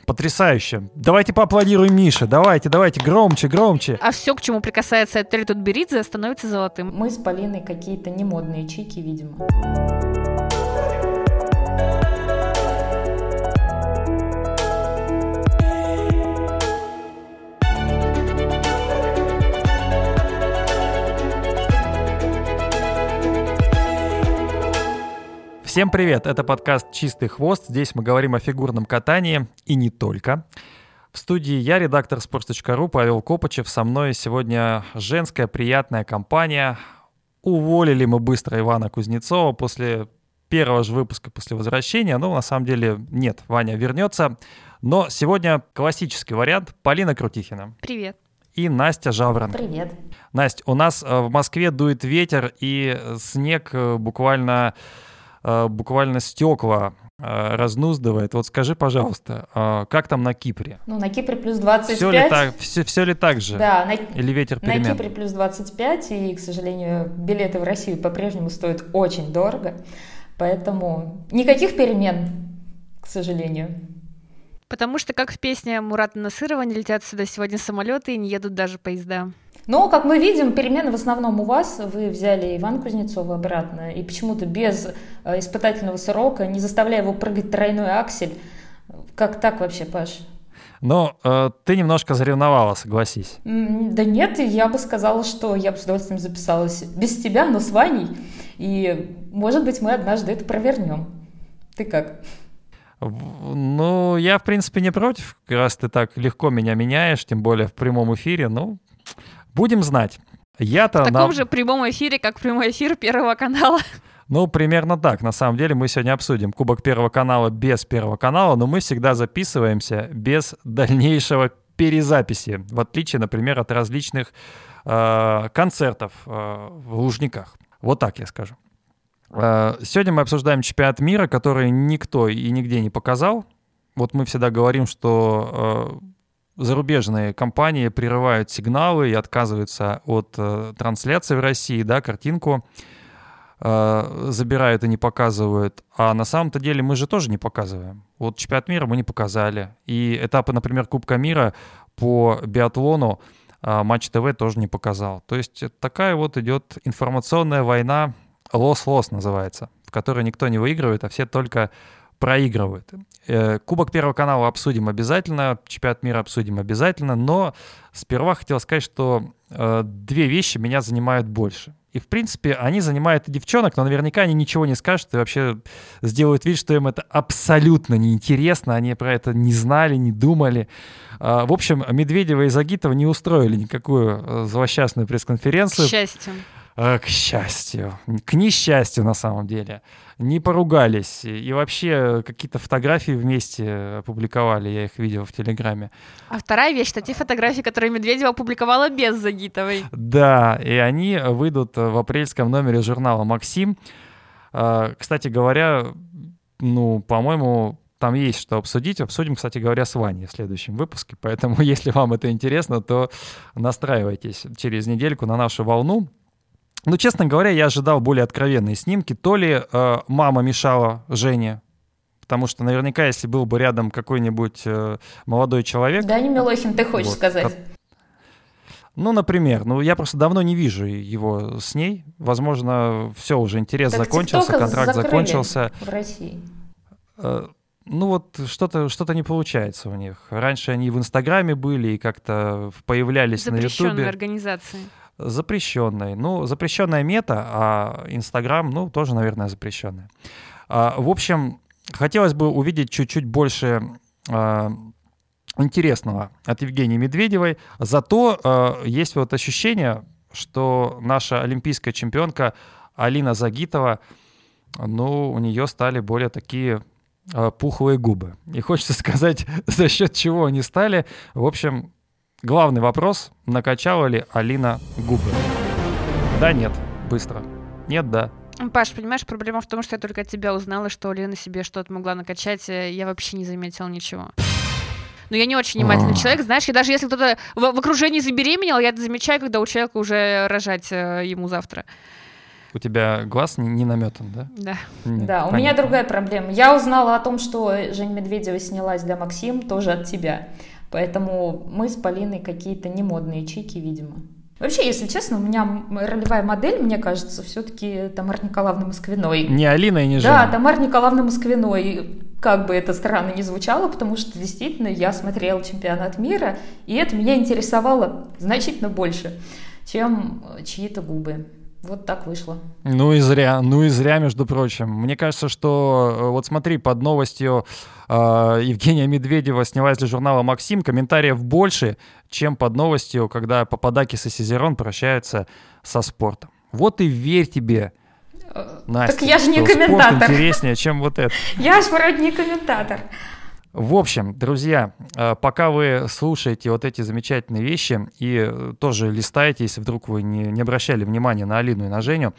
Потрясающе. Давайте поаплодируем Мише. Давайте, громче. А все, к чему прикасается Этель Тутберидзе, становится золотым. Мы с Полиной какие-то немодные чики, видимо. Всем привет, это подкаст «Чистый хвост». Здесь мы говорим о фигурном катании и не только. В студии я, редактор sports.ru Павел Копачев. Со мной сегодня женская приятная компания. Уволили мы быстро Ивана Кузнецова после первого же выпуска после возвращения. Ну, на самом деле, нет, Ваня вернется. Но сегодня классический вариант. Полина Крутихина. Привет. И Настя Жаворонок. Привет. Настя, у нас в Москве дует ветер и снег буквально стекла разнуздывает. Вот скажи, пожалуйста, как там на Кипре? Ну, на Кипре плюс 25. Все ли так же? Да, или ветер перемен? На Кипре плюс 25, и, к сожалению, билеты в Россию по-прежнему стоят очень дорого. Поэтому никаких перемен, к сожалению. Потому что, как в песне Мурата Насырова, не летят сюда сегодня самолеты и не едут даже поезда. Но, как мы видим, перемены в основном у вас. Вы взяли Ивана Кузнецова обратно, и почему-то без испытательного срока, не заставляя его прыгать тройной аксель. Как так вообще, Паш? Ну, ты немножко заревновала, согласись. Да нет, я бы сказала, что я бы с удовольствием записалась без тебя, но с Ваней. И, может быть, мы однажды это провернем. Ты как? Ну, я, в принципе, не против. Раз ты так легко меня меняешь, тем более в прямом эфире, ну... Будем знать. В таком же прямом эфире, как прямой эфир Первого канала. Ну, примерно так. На самом деле мы сегодня обсудим Кубок Первого канала без Первого канала, но мы всегда записываемся без дальнейшего перезаписи, в отличие, например, от различных концертов в Лужниках. Вот так я скажу. Сегодня мы обсуждаем чемпионат мира, который никто и нигде не показал. Вот мы всегда говорим, что... зарубежные компании прерывают сигналы и отказываются от трансляции в России, да, картинку забирают и не показывают. А на самом-то деле мы же тоже не показываем. Вот чемпионат мира мы не показали. И этапы, например, Кубка мира по биатлону Матч ТВ тоже не показал. То есть такая вот идет информационная война, лос-лос называется, в которой никто не выигрывает, а все только проигрывают. Кубок Первого канала обсудим обязательно, чемпионат мира обсудим обязательно, но сперва хотел сказать, что две вещи меня занимают больше. И, в принципе, они занимают и девчонок, но наверняка они ничего не скажут и вообще сделают вид, что им это абсолютно неинтересно, они про это не знали, не думали. В общем, Медведева и Загитова не устроили никакую злосчастную пресс-конференцию. К счастью. К счастью. К несчастью, на самом деле. Не поругались. И вообще какие-то фотографии вместе опубликовали. Я их видел в Телеграме. А вторая вещь — это те фотографии, которые Медведева опубликовала без Загитовой. Да, и они выйдут в апрельском номере журнала «Максим». Кстати говоря, ну, по-моему, там есть что обсудить. Обсудим, кстати говоря, с Ваней в следующем выпуске. Поэтому, если вам это интересно, то настраивайтесь через недельку на нашу волну. Ну, честно говоря, я ожидал более откровенные снимки. То ли мама мешала Жене, потому что наверняка, если был бы рядом какой-нибудь молодой человек... Дани Милохин, ты хочешь сказать? Ну, например. Ну, я просто давно не вижу его с ней. Возможно, все, уже интерес так закончился, контракт закончился. В России. Ну, вот что-то не получается у них. Раньше они в Инстаграме были и как-то появлялись на Ютубе. Запрещенной организации. Запрещенной. Ну, запрещенная Мета, а Инстаграм, ну, тоже, наверное, запрещенная. В общем, хотелось бы увидеть чуть-чуть больше интересного от Евгении Медведевой. Зато есть вот ощущение, что наша олимпийская чемпионка Алина Загитова, ну, у нее стали более такие пухлые губы. И хочется сказать, за счет чего они стали. В общем, главный вопрос, накачала ли Алина губы? Да, нет, быстро. Нет, да. Паш, понимаешь, проблема в том, что я только от тебя узнала, что Алина себе что-то могла накачать, я вообще не заметила ничего. Но я не очень внимательный человек, знаешь, и даже если кто-то в окружении забеременел, я это замечаю, когда у человека уже рожать ему завтра. У тебя глаз не наметан, да? Да. Нет, Да, у меня другая проблема. Я узнала о том, что Женя Медведева снялась для Максим, тоже от тебя. Поэтому мы с Полиной какие-то немодные чики, видимо. Вообще, если честно, у меня ролевая модель, мне кажется, все-таки Тамара Николаевна Москвиной. Не Алина и не Женя. Да, Тамара Николаевна Москвиной. Как бы это странно ни звучало, потому что действительно я смотрела чемпионат мира, и это меня интересовало значительно больше, чем чьи-то губы. Вот так вышло. Ну и зря, между прочим. Мне кажется, что вот смотри, под новостью Евгения Медведева снялась для журнала «Максим», комментариев больше, чем под новостью, когда Пападакис и Сизерон прощаются со спортом. Вот и верь тебе, Настя. Так я же не что комментатор. Спорт интереснее, чем вот это. Я же вроде не комментатор. В общем, друзья, пока вы слушаете вот эти замечательные вещи и тоже листаете, если вдруг вы не обращали внимания на Алину и на Женю,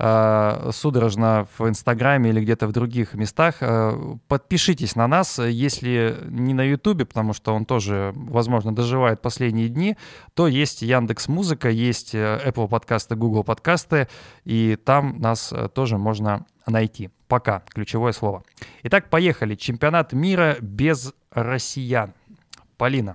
судорожно в Инстаграме или где-то в других местах, подпишитесь на нас, если не на Ютубе, потому что он тоже, возможно, доживает последние дни, то есть Яндекс.Музыка, есть Apple подкасты, Google подкасты, и там нас тоже можно найти. Пока. Ключевое слово. Итак, поехали. Чемпионат мира без россиян. Полина,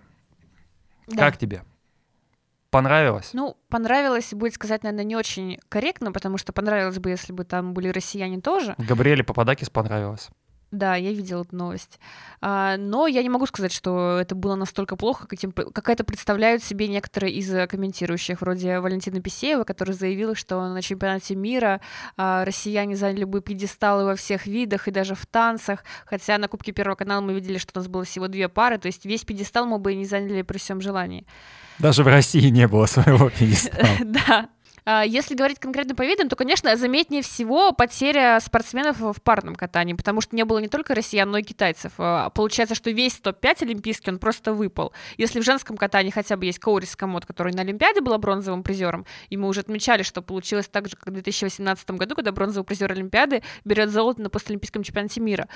как тебе? Понравилось? Ну, понравилось, будет сказать, наверное, не очень корректно, потому что понравилось бы, если бы там были россияне тоже. Габриэле Пападакис понравилось. Да, я видела эту новость. Но я не могу сказать, что это было настолько плохо, как это представляют себе некоторые из комментирующих, вроде Валентины Писеева, которая заявила, что на чемпионате мира россияне заняли бы пьедесталы во всех видах и даже в танцах, хотя на Кубке Первого канала мы видели, что у нас было всего 2 пары, то есть весь пьедестал мы бы и не заняли при всем желании. Даже в России не было своего пьедестала. Да. Если говорить конкретно по видам, то, конечно, заметнее всего потеря спортсменов в парном катании, потому что не было не только россиян, но и китайцев. Получается, что весь топ-5 олимпийский, он просто выпал. Если в женском катании хотя бы есть Коури Скамот, который на Олимпиаде была бронзовым призером, и мы уже отмечали, что получилось так же, как в 2018 году, когда бронзовый призер Олимпиады берет золото на постолимпийском чемпионате мира,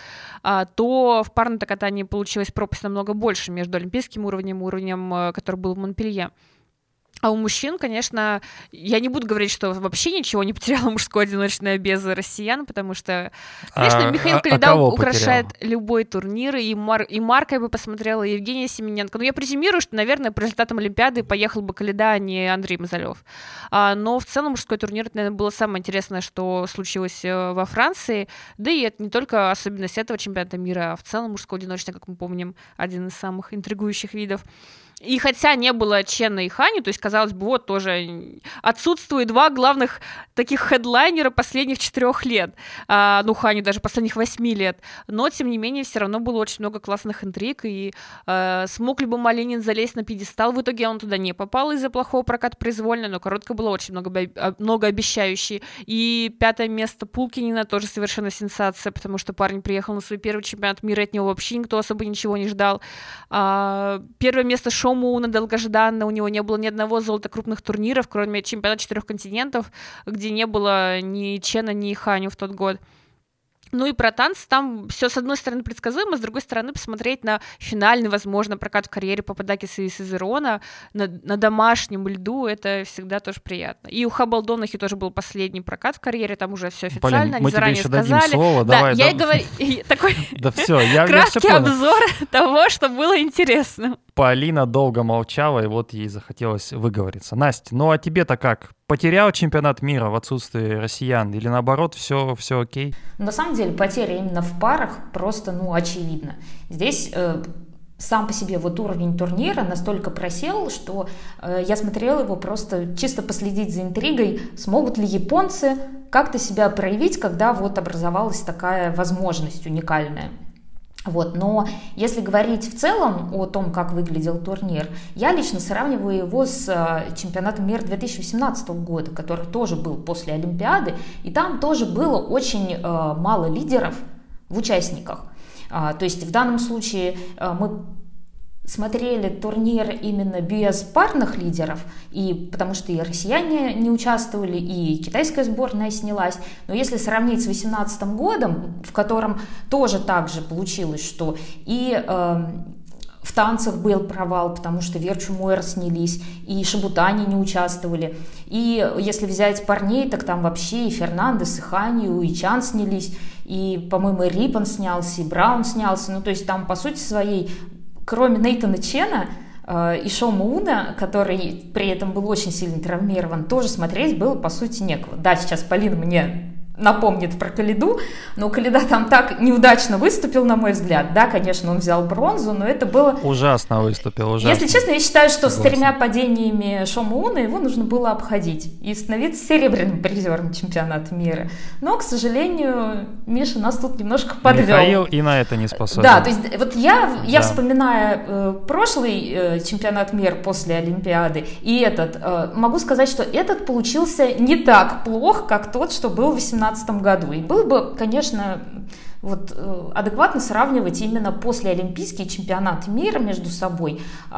то в парном катании получилась пропасть намного больше между олимпийским уровнем, который был в Монпелье. А у мужчин, конечно, я не буду говорить, что вообще ничего не потеряло мужское одиночное без россиян, потому что, конечно, Михаил Коляда украшает любой турнир, и Марка я бы посмотрела, и Евгения Семененко. Но я презюмирую, что, наверное, по результатам Олимпиады поехал бы Коляда, а не Андрей Мазалев. Но в целом мужской турнир, это, наверное, было самое интересное, что случилось во Франции. Да и это не только особенность этого чемпионата мира, а в целом мужское одиночное, как мы помним, один из самых интригующих видов. И хотя не было Чена и Хани, то есть, казалось бы, вот тоже отсутствует 2 главных таких хедлайнера последних 4 лет. Хани даже последних 8 лет. Но, тем не менее, все равно было очень много классных интриг. И смог ли бы Малинин залезть на пьедестал? В итоге он туда не попал из-за плохого проката произвольно, но короткое было очень многообещающее. И 5-е место Пулкинина тоже совершенно сенсация, потому что парень приехал на свой первый чемпионат мира, от него вообще никто особо ничего не ждал. 1-е место Шоумуна долгожданно, у него не было ни одного золота крупных турниров, кроме чемпионата 4 континентов, где не было ни Чена, ни Ханю в тот год. Ну и про танцы там все, с одной стороны, предсказуемо, с другой стороны, посмотреть на финальный, возможно, прокат в карьере Пападакиса и Сизерона на домашнем льду, это всегда тоже приятно. И у Хабалдонахи тоже был последний прокат в карьере, там уже все официально, они заранее сказали. Дадим слово, да, давай, я и говорю, такой краткий обзор того, что было интересно. Полина долго молчала, и вот ей захотелось выговориться. Настя, ну а тебе-то как? Потерял чемпионат мира в отсутствии россиян? Или наоборот, все окей? На самом деле, потеря именно в парах просто, очевидна. Здесь сам по себе вот уровень турнира настолько просел, что я смотрела его просто чисто последить за интригой, смогут ли японцы как-то себя проявить, когда вот образовалась такая возможность уникальная. Вот. Но если говорить в целом о том, как выглядел турнир, я лично сравниваю его с чемпионатом мира 2018 года, который тоже был после Олимпиады, и там тоже было очень мало лидеров в участниках. То есть в данном случае мы смотрели турнир именно без парных лидеров, и потому что и россияне не участвовали, и китайская сборная снялась. Но если сравнить с 2018 годом, в котором тоже так же получилось, что и в В танцах был провал, потому что Верчу Мойер снялись, и Шибутани не участвовали. И если взять парней, так там вообще и Фернандес, и Ханью, и Чан снялись, и, по-моему, и Риппон снялся, и Браун снялся. Ну, то есть там, по сути своей, кроме Нейтана Чена и Шо Мууна, который при этом был очень сильно травмирован, тоже смотреть было, по сути, некого. Да, сейчас Полина мне напомнит про Калиду, но Калида там так неудачно выступил, на мой взгляд. Да, конечно, он взял бронзу, но это было... Ужасно выступил, ужасно. Если честно, я считаю, что с 3 падениями Шо Мууна его нужно было обходить и становиться серебряным призером чемпионата мира. Но, к сожалению, Миша нас тут немножко подвел. Михаил и на это не способен. Да, то есть вот я вспоминая прошлый чемпионат мира после Олимпиады и этот, могу сказать, что этот получился не так плох, как тот, что был в 2018 году. И было бы, конечно, вот, адекватно сравнивать именно послеолимпийские чемпионаты мира между собой,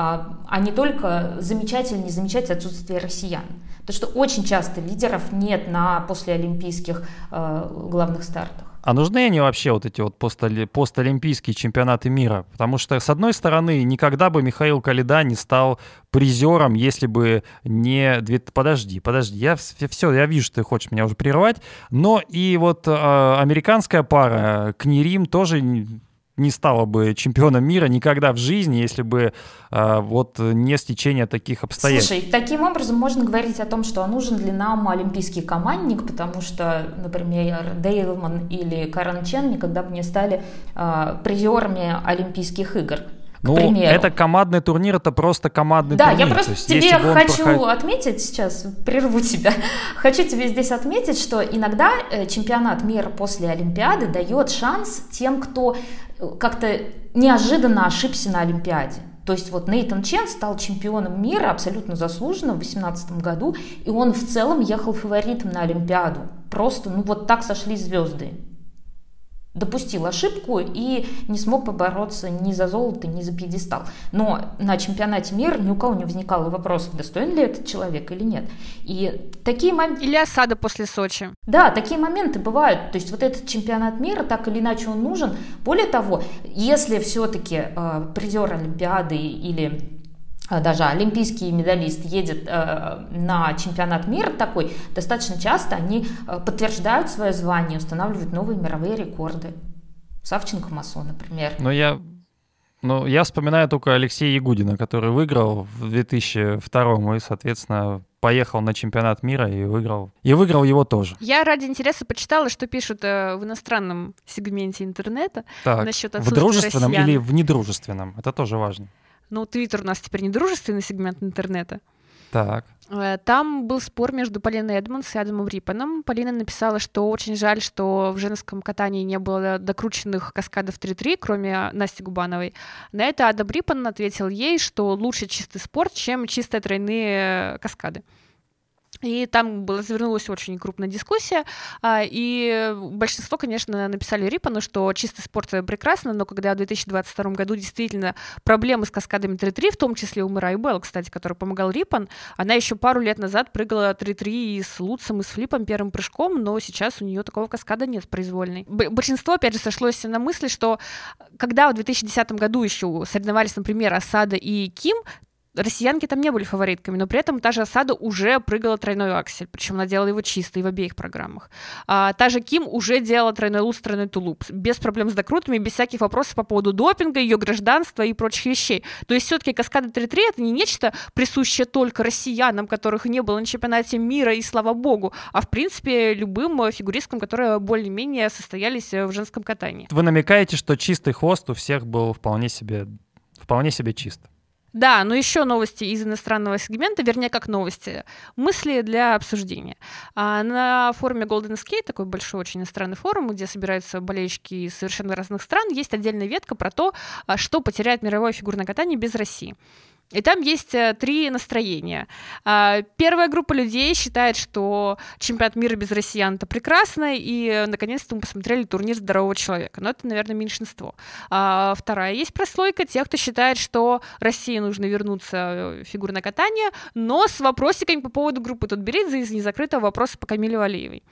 а не только замечать или не замечать отсутствие россиян. Потому что очень часто лидеров нет на послеолимпийских главных стартах. А нужны они вообще, вот эти вот постолимпийские чемпионаты мира? Потому что, с одной стороны, никогда бы Михаил Калида не стал призером, если бы не... Подожди, я вижу, что ты хочешь меня уже прервать, но и вот американская пара Книрим тоже не стала бы чемпионом мира никогда в жизни, если бы вот не стечение таких обстоятельств. Слушай, таким образом можно говорить о том, что нужен ли нам олимпийский командник, потому что, например, Дейлман или Карен Чен никогда бы не стали призерами Олимпийских игр. Ну, это командный турнир, это просто командный турнир. Да, я просто тебе хочу отметить сейчас, прерву тебя, хочу тебе здесь отметить, что иногда чемпионат мира после Олимпиады дает шанс тем, кто как-то неожиданно ошибся на Олимпиаде. То есть вот Нейтан Чен стал чемпионом мира абсолютно заслуженно в 2018 году, и он в целом ехал фаворитом на Олимпиаду. Просто, вот так сошлись звезды. Допустил ошибку и не смог побороться ни за золото, ни за пьедестал. Но на чемпионате мира ни у кого не возникало вопросов, достоин ли этот человек или нет. И такие моменты... Или осада после Сочи. Да, такие моменты бывают. То есть вот этот чемпионат мира, так или иначе он нужен. Более того, если все-таки призер Олимпиады или... даже олимпийский медалист едет на чемпионат мира такой, достаточно часто они подтверждают свое звание, устанавливают новые мировые рекорды. Савченко Массо, например. Но я вспоминаю только Алексея Ягудина, который выиграл в 2002 и, соответственно, поехал на чемпионат мира и выиграл. И выиграл его тоже. Я ради интереса почитала, что пишут в иностранном сегменте интернета насчет отсутствия в дружественном россиян. Или в недружественном. Это тоже важно. Ну, Твиттер у нас теперь недружественный сегмент интернета. Так. Там был спор между Полиной Эдмондс и Адамом Риппоном. Полина написала, что очень жаль, что в женском катании не было докрученных каскадов 3-3, кроме Насти Губановой. На это Адам Риппон ответил ей, что лучше чистый спорт, чем чистые тройные каскады. И там развернулась очень крупная дискуссия, и большинство, конечно, написали Риппону, что чистый спорт прекрасно, но когда в 2022 году действительно проблемы с каскадами 3-3, в том числе у Мирай Белл, кстати, который помогал Риппон, она еще пару лет назад прыгала 3-3 и с Луцем, и с флипом первым прыжком, но сейчас у нее такого каскада нет произвольной. Большинство, опять же, сошлось на мысли, что когда в 2010 году еще соревновались, например, Осада и Ким, россиянки там не были фаворитками, но при этом та же Осада уже прыгала тройной аксель, причем она делала его чисто и в обеих программах. Та же Ким уже делала тройной луц, тройной тулуп, без проблем с докрутами, без всяких вопросов по поводу допинга, ее гражданства и прочих вещей. То есть все-таки каскады 3-3 это не нечто присущее только россиянам, которых не было на чемпионате мира, и слава богу, а в принципе любым фигуристкам, которые более-менее состоялись в женском катании. Вы намекаете, что чистый хвост у всех был вполне себе чист. Да, но еще новости из иностранного сегмента, вернее, как новости, мысли для обсуждения. На форуме Golden Skate, такой большой очень иностранный форум, где собираются болельщики из совершенно разных стран, есть отдельная ветка про то, что потеряет мировое фигурное катание без России. И там есть 3 настроения. Первая группа людей считает, что чемпионат мира без россиян — это прекрасно, и наконец-то мы посмотрели турнир здорового человека. Но это, наверное, меньшинство. Вторая есть прослойка тех, кто считает, что России нужно вернуться в фигурное катание, но с вопросиками по поводу группы Тутберидзе из незакрытого вопроса по Камиле Валиевой.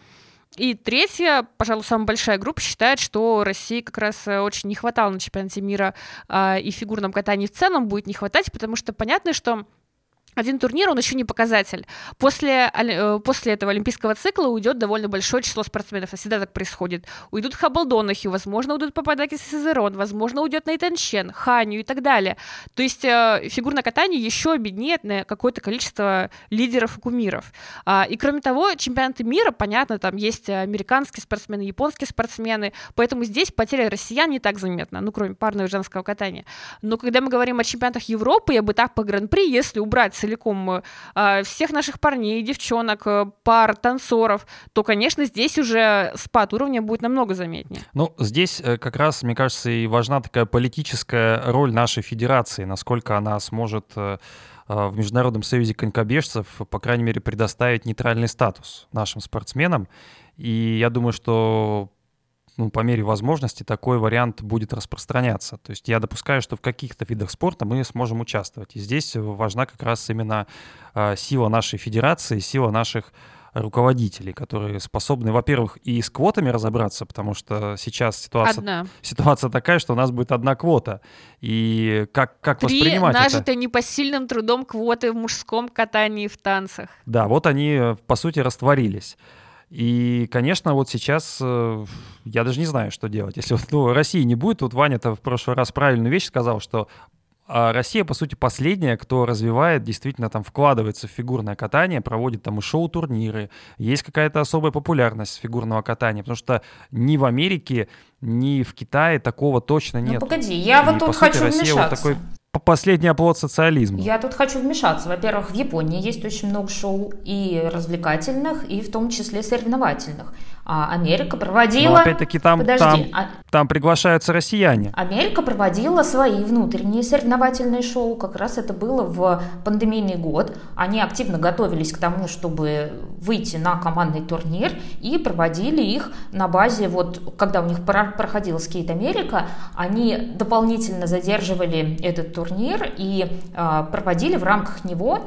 И третья, пожалуй, самая большая группа считает, что России как раз очень не хватало на чемпионате мира и фигурном катании в целом будет не хватать, потому что понятно, что один турнир, он еще не показатель. После этого олимпийского цикла уйдет довольно большое число спортсменов. Всегда так происходит. Уйдут Хаббл Донахью, возможно, уйдут Пападакис и Сезерон, возможно, уйдет Нейтан Чен, Ханю и так далее. То есть фигурное катание еще обеднеет на какое-то количество лидеров и кумиров. И кроме того, чемпионаты мира, понятно, там есть американские спортсмены, японские спортсмены, поэтому здесь потеря россиян не так заметна, ну, кроме парного и женского катания. Но когда мы говорим о чемпионатах Европы и об этапах Гран-при, если убрать целиком всех наших парней, девчонок, пар, танцоров, то, конечно, здесь уже спад уровня будет намного заметнее. Ну, здесь как раз, мне кажется, и важна такая политическая роль нашей федерации, насколько она сможет в Международном союзе конькобежцев, по крайней мере, предоставить нейтральный статус нашим спортсменам. И я думаю, что по мере возможности такой вариант будет распространяться. То есть я допускаю, что в каких-то видах спорта мы сможем участвовать. И здесь важна как раз именно сила нашей федерации, сила наших руководителей, которые способны, во-первых, и с квотами разобраться, потому что сейчас ситуация такая, что у нас будет одна квота. И как воспринимать это? 3 нажитые непосильным трудом квоты в мужском катании и в танцах. Да, вот они, по сути, растворились. И, конечно, вот сейчас я даже не знаю, что делать. Если России не будет, вот Ваня-то в прошлый раз правильную вещь сказал, что Россия, по сути, последняя, кто развивает, действительно там вкладывается в фигурное катание, проводит там и шоу-турниры, есть какая-то особая популярность фигурного катания, потому что ни в Америке, ни в Китае такого точно нет. Ну погоди, я вот тут хочу вмешаться. Вот такой последний оплот социализма. Я тут хочу вмешаться. Во-первых, в Японии есть очень много шоу и развлекательных, и в том числе соревновательных. А Америка проводила... Но опять-таки там приглашаются россияне. Америка проводила свои внутренние соревновательные шоу. Как раз это было в пандемийный год. Они активно готовились к тому, чтобы выйти на командный турнир, и проводили их на базе, вот когда у них проходил Skate America, они дополнительно задерживали этот турнир и проводили в рамках него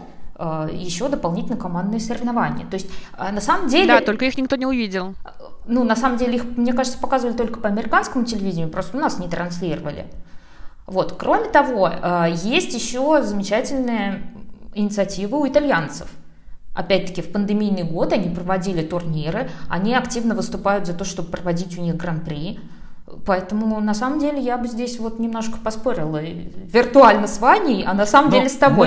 еще дополнительно командные соревнования. То есть, на самом деле... Да, только их никто не увидел. Ну, на самом деле, их, мне кажется, показывали только по американскому телевидению, просто у нас не транслировали. Вот. Кроме того, есть еще замечательная инициатива у итальянцев. Опять-таки, в пандемийный год они проводили турниры, они активно выступают за то, чтобы проводить у них гран-при. Поэтому, на самом деле, я бы здесь вот немножко поспорила виртуально с Ваней, а на самом деле с тобой.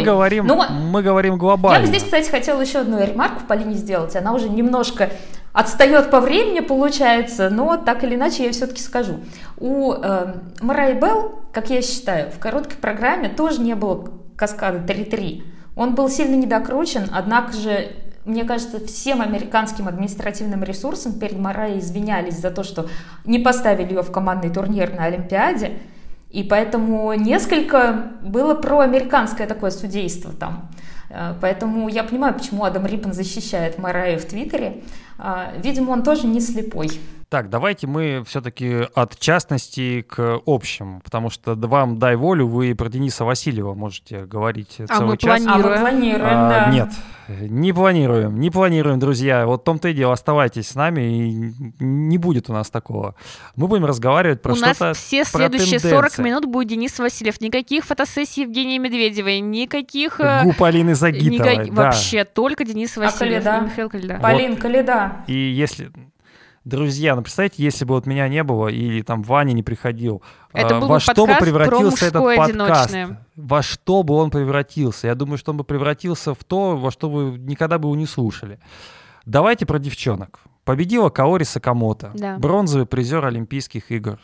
Мы говорим глобально. Я бы здесь, кстати, хотела еще одну ремарку Полине сделать. Она уже немножко отстает по времени, получается, но так или иначе я все-таки скажу. У Марайи Белл, как я считаю, в короткой программе тоже не было каскада 3-3. Он был сильно недокручен, однако же... Мне кажется, всем американским административным ресурсам перед Марайей извинялись за то, что не поставили ее в командный турнир на Олимпиаде. И поэтому несколько было проамериканское такое судейство там. Поэтому я понимаю, почему Адам Риппен защищает Марайю в Твиттере. Видимо, он тоже не слепой. Так, давайте мы все-таки от частности к общему, потому что вам дай волю, вы про Дениса Васильева можете говорить целый час. Мы планируем, да. Нет, не планируем, друзья. Вот в том-то и дело, оставайтесь с нами, и не будет у нас такого. Мы будем разговаривать про что-то. У нас все следующие 40 минут будет Денис Васильев. Никаких фотосессий Евгении Медведевой, никаких... Губ Алины Загитовой. Вообще, только Денис Васильев и Михаил Коляда. Полин Коляда. И если... Друзья, представьте, если бы вот меня не было или там Ваня не приходил, во что бы превратился этот подкаст? Во что бы он превратился? Я думаю, что он бы превратился в то, во что вы никогда бы его не слушали. Давайте про девчонок. Победила Каори Сакамото, бронзовый призер Олимпийских игр.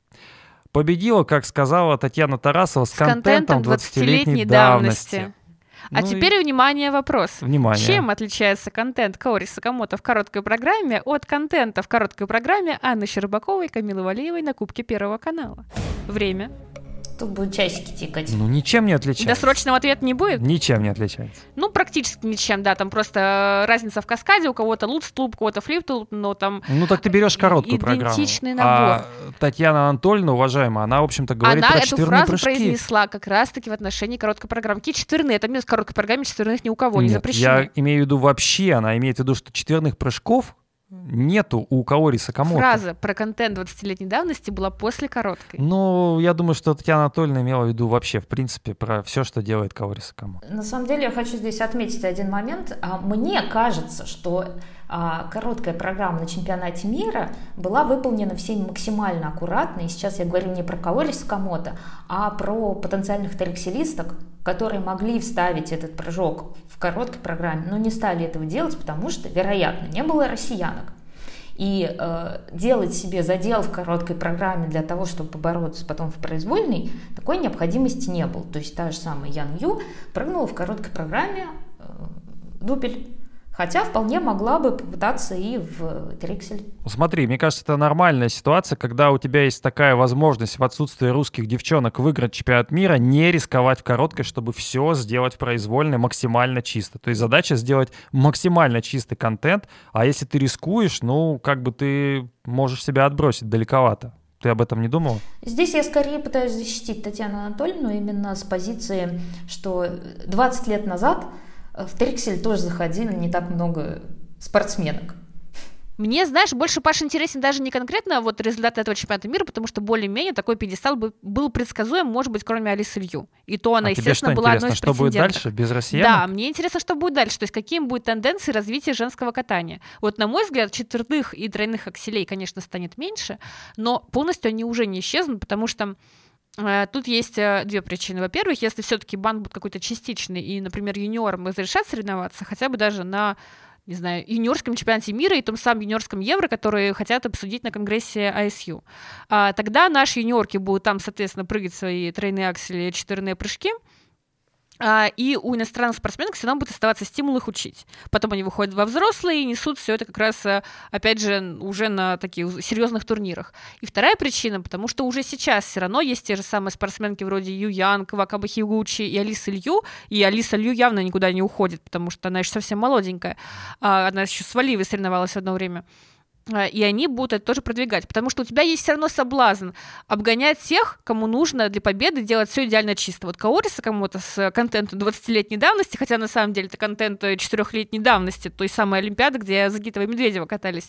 Победила, как сказала Татьяна Тарасова, с контентом 20-летней давности. А теперь, внимание, вопрос. Внимание. Чем отличается контент Каори Сакамото в короткой программе от контента в короткой программе Анны Щербаковой и Камилы Валиевой на Кубке Первого канала? Время. Тут будут часики тикать. Ну, ничем не отличается. Досрочного ответа не будет? Ничем не отличается. Ну, практически ничем, да. Там просто разница в каскаде. У кого-то лут-стулп, у кого-то флип-тулп, но там... Ну, так ты берешь короткую программу. Идентичный набор. А Татьяна Анатольевна, уважаемая, она, в общем-то, говорит про четверные прыжки. Она эту фразу произнесла как раз-таки в отношении короткой программы. Какие четверные? Это минус короткой программе, четверных ни у кого не запрещено. Я имею в виду вообще, она имеет в виду, что четверных прыжков нету у Каори Сакамото. Фраза про контент 20-летней давности была после короткой. Ну, я думаю, что Татьяна Анатольевна имела в виду вообще, в принципе, про все, что делает Каори Сакамото. На самом деле я хочу здесь отметить один момент. Мне кажется, что короткая программа на чемпионате мира была выполнена всеми максимально аккуратно. И сейчас я говорю не про Каори Сакамото, а про потенциальных трекселисток, которые могли вставить этот прыжок в короткой программе, но не стали этого делать, потому что, вероятно, не было россиянок. И делать себе задел в короткой программе для того, чтобы побороться потом в произвольной, такой необходимости не было. То есть та же самая Ян Ю прыгнула в короткой программе дупель. Хотя вполне могла бы попытаться и в триксель. Смотри, мне кажется, это нормальная ситуация, когда у тебя есть такая возможность в отсутствии русских девчонок выиграть чемпионат мира, не рисковать в короткой, чтобы все сделать в произвольной максимально чисто. То есть задача сделать максимально чистый контент, а если ты рискуешь, ну, как бы ты можешь себя отбросить далековато. Ты об этом не думала? Здесь я скорее пытаюсь защитить Татьяну Анатольевну именно с позиции, что 20 лет назад в триксель тоже заходили не так много спортсменок. Мне, знаешь, больше, Паша, интересен даже не конкретно вот результат этого чемпионата мира, потому что более-менее такой пьедестал был предсказуем, может быть, кроме Алисы Лью. И то она, естественно, была одной из претенденток. Что будет дальше, без россиянок? Да, мне интересно, что будет дальше, то есть какие будут тенденции развития женского катания. Вот, на мой взгляд, четверных и тройных акселей, конечно, станет меньше, но полностью они уже не исчезнут, потому что тут есть две причины. Во-первых, если все-таки бан будет какой-то частичный, и, например, юниорам разрешат соревноваться, хотя бы даже на, не знаю, юниорском чемпионате мира и том самом юниорском Евро, которые хотят обсудить на конгрессе ISU, тогда наши юниорки будут там, соответственно, прыгать свои тройные аксели, четверные прыжки, и у иностранных спортсменок все равно будет оставаться стимул их учить. Потом они выходят во взрослые и несут все это как раз, опять же, уже на таких серьезных турнирах. И вторая причина, потому что уже сейчас все равно есть те же самые спортсменки вроде Ю Янг, Вакаба Хигучи и Алисы Лью, и Алиса Лью явно никуда не уходит, потому что она еще совсем молоденькая. Она еще с Валивой соревновалась в одно время. И они будут это тоже продвигать, потому что у тебя есть все равно соблазн обгонять тех, кому нужно для победы делать все идеально чисто. Вот Каори Сакамото с контентом 20-летней давности, хотя на самом деле это контент 4-летней давности, той самой Олимпиады, где Загитова и Медведева катались.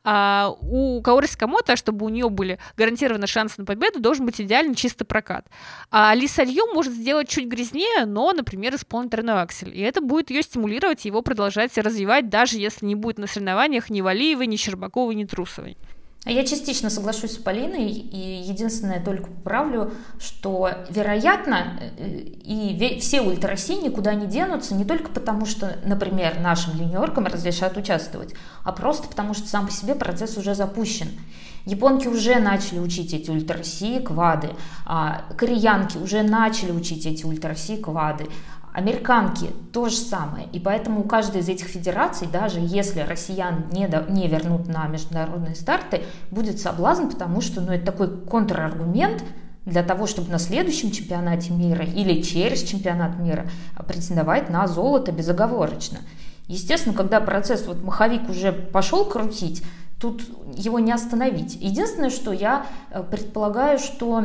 У Каори Сакамото, чтобы у нее были гарантированы шансы на победу, должен быть идеально чистый прокат. А Алиса Лью может сделать чуть грязнее, но, например, исполнить тройной аксель. И это будет ее стимулировать, его продолжать развивать, даже если не будет на соревнованиях ни Валиевой, ни Щербаковой, не Трусовой. Я частично соглашусь с Полиной, и единственное только поправлю, что, вероятно, и все ультраси никуда не денутся, не только потому, что, например, нашим юниоркам разрешат участвовать, а просто потому, что сам по себе процесс уже запущен. Японки уже начали учить эти ультраси, квады, кореянки уже начали учить эти ультраси, квады, американки то же самое. И поэтому у каждой из этих федераций, даже если россиян не вернут на международные старты, будет соблазн, потому что это такой контраргумент для того, чтобы на следующем чемпионате мира или через чемпионат мира претендовать на золото безоговорочно. Естественно, когда процесс маховик уже пошел крутить, тут его не остановить. Единственное, что я предполагаю, что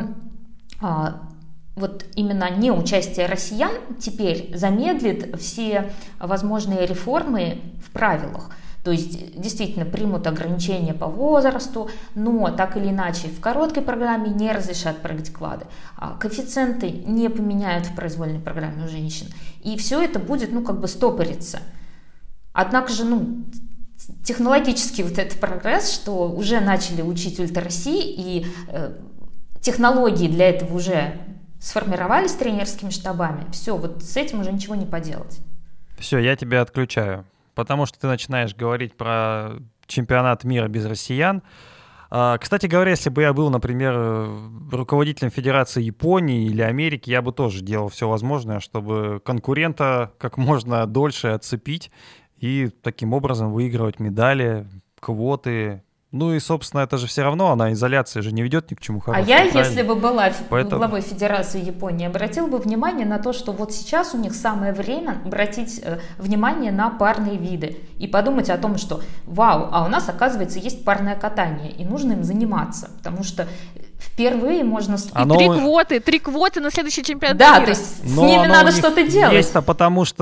вот именно неучастие россиян теперь замедлит все возможные реформы в правилах. То есть действительно примут ограничения по возрасту, но так или иначе в короткой программе не разрешат прыгать квады. Коэффициенты не поменяют в произвольной программе у женщин. И все это будет стопориться. Однако же, технологический этот прогресс, что уже начали учить ультраси, и технологии для этого уже сформировались тренерскими штабами, все, с этим уже ничего не поделать. Все, я тебя отключаю, потому что ты начинаешь говорить про чемпионат мира без россиян. Кстати говоря, если бы я был, например, руководителем Федерации Японии или Америки, я бы тоже делал все возможное, чтобы конкурента как можно дольше отцепить и таким образом выигрывать медали, квоты. И, собственно, это же все равно, изоляция же не ведет ни к чему хорошему. Я, если бы была главой Федерации Японии, обратила бы внимание на то, что сейчас у них самое время обратить внимание на парные виды и подумать о том, что вау, а у нас, оказывается, есть парное катание, и нужно им заниматься, потому что впервые можно... И три квоты на следующий чемпионат мира. Да, то есть с ними надо что-то делать. Есть-то потому что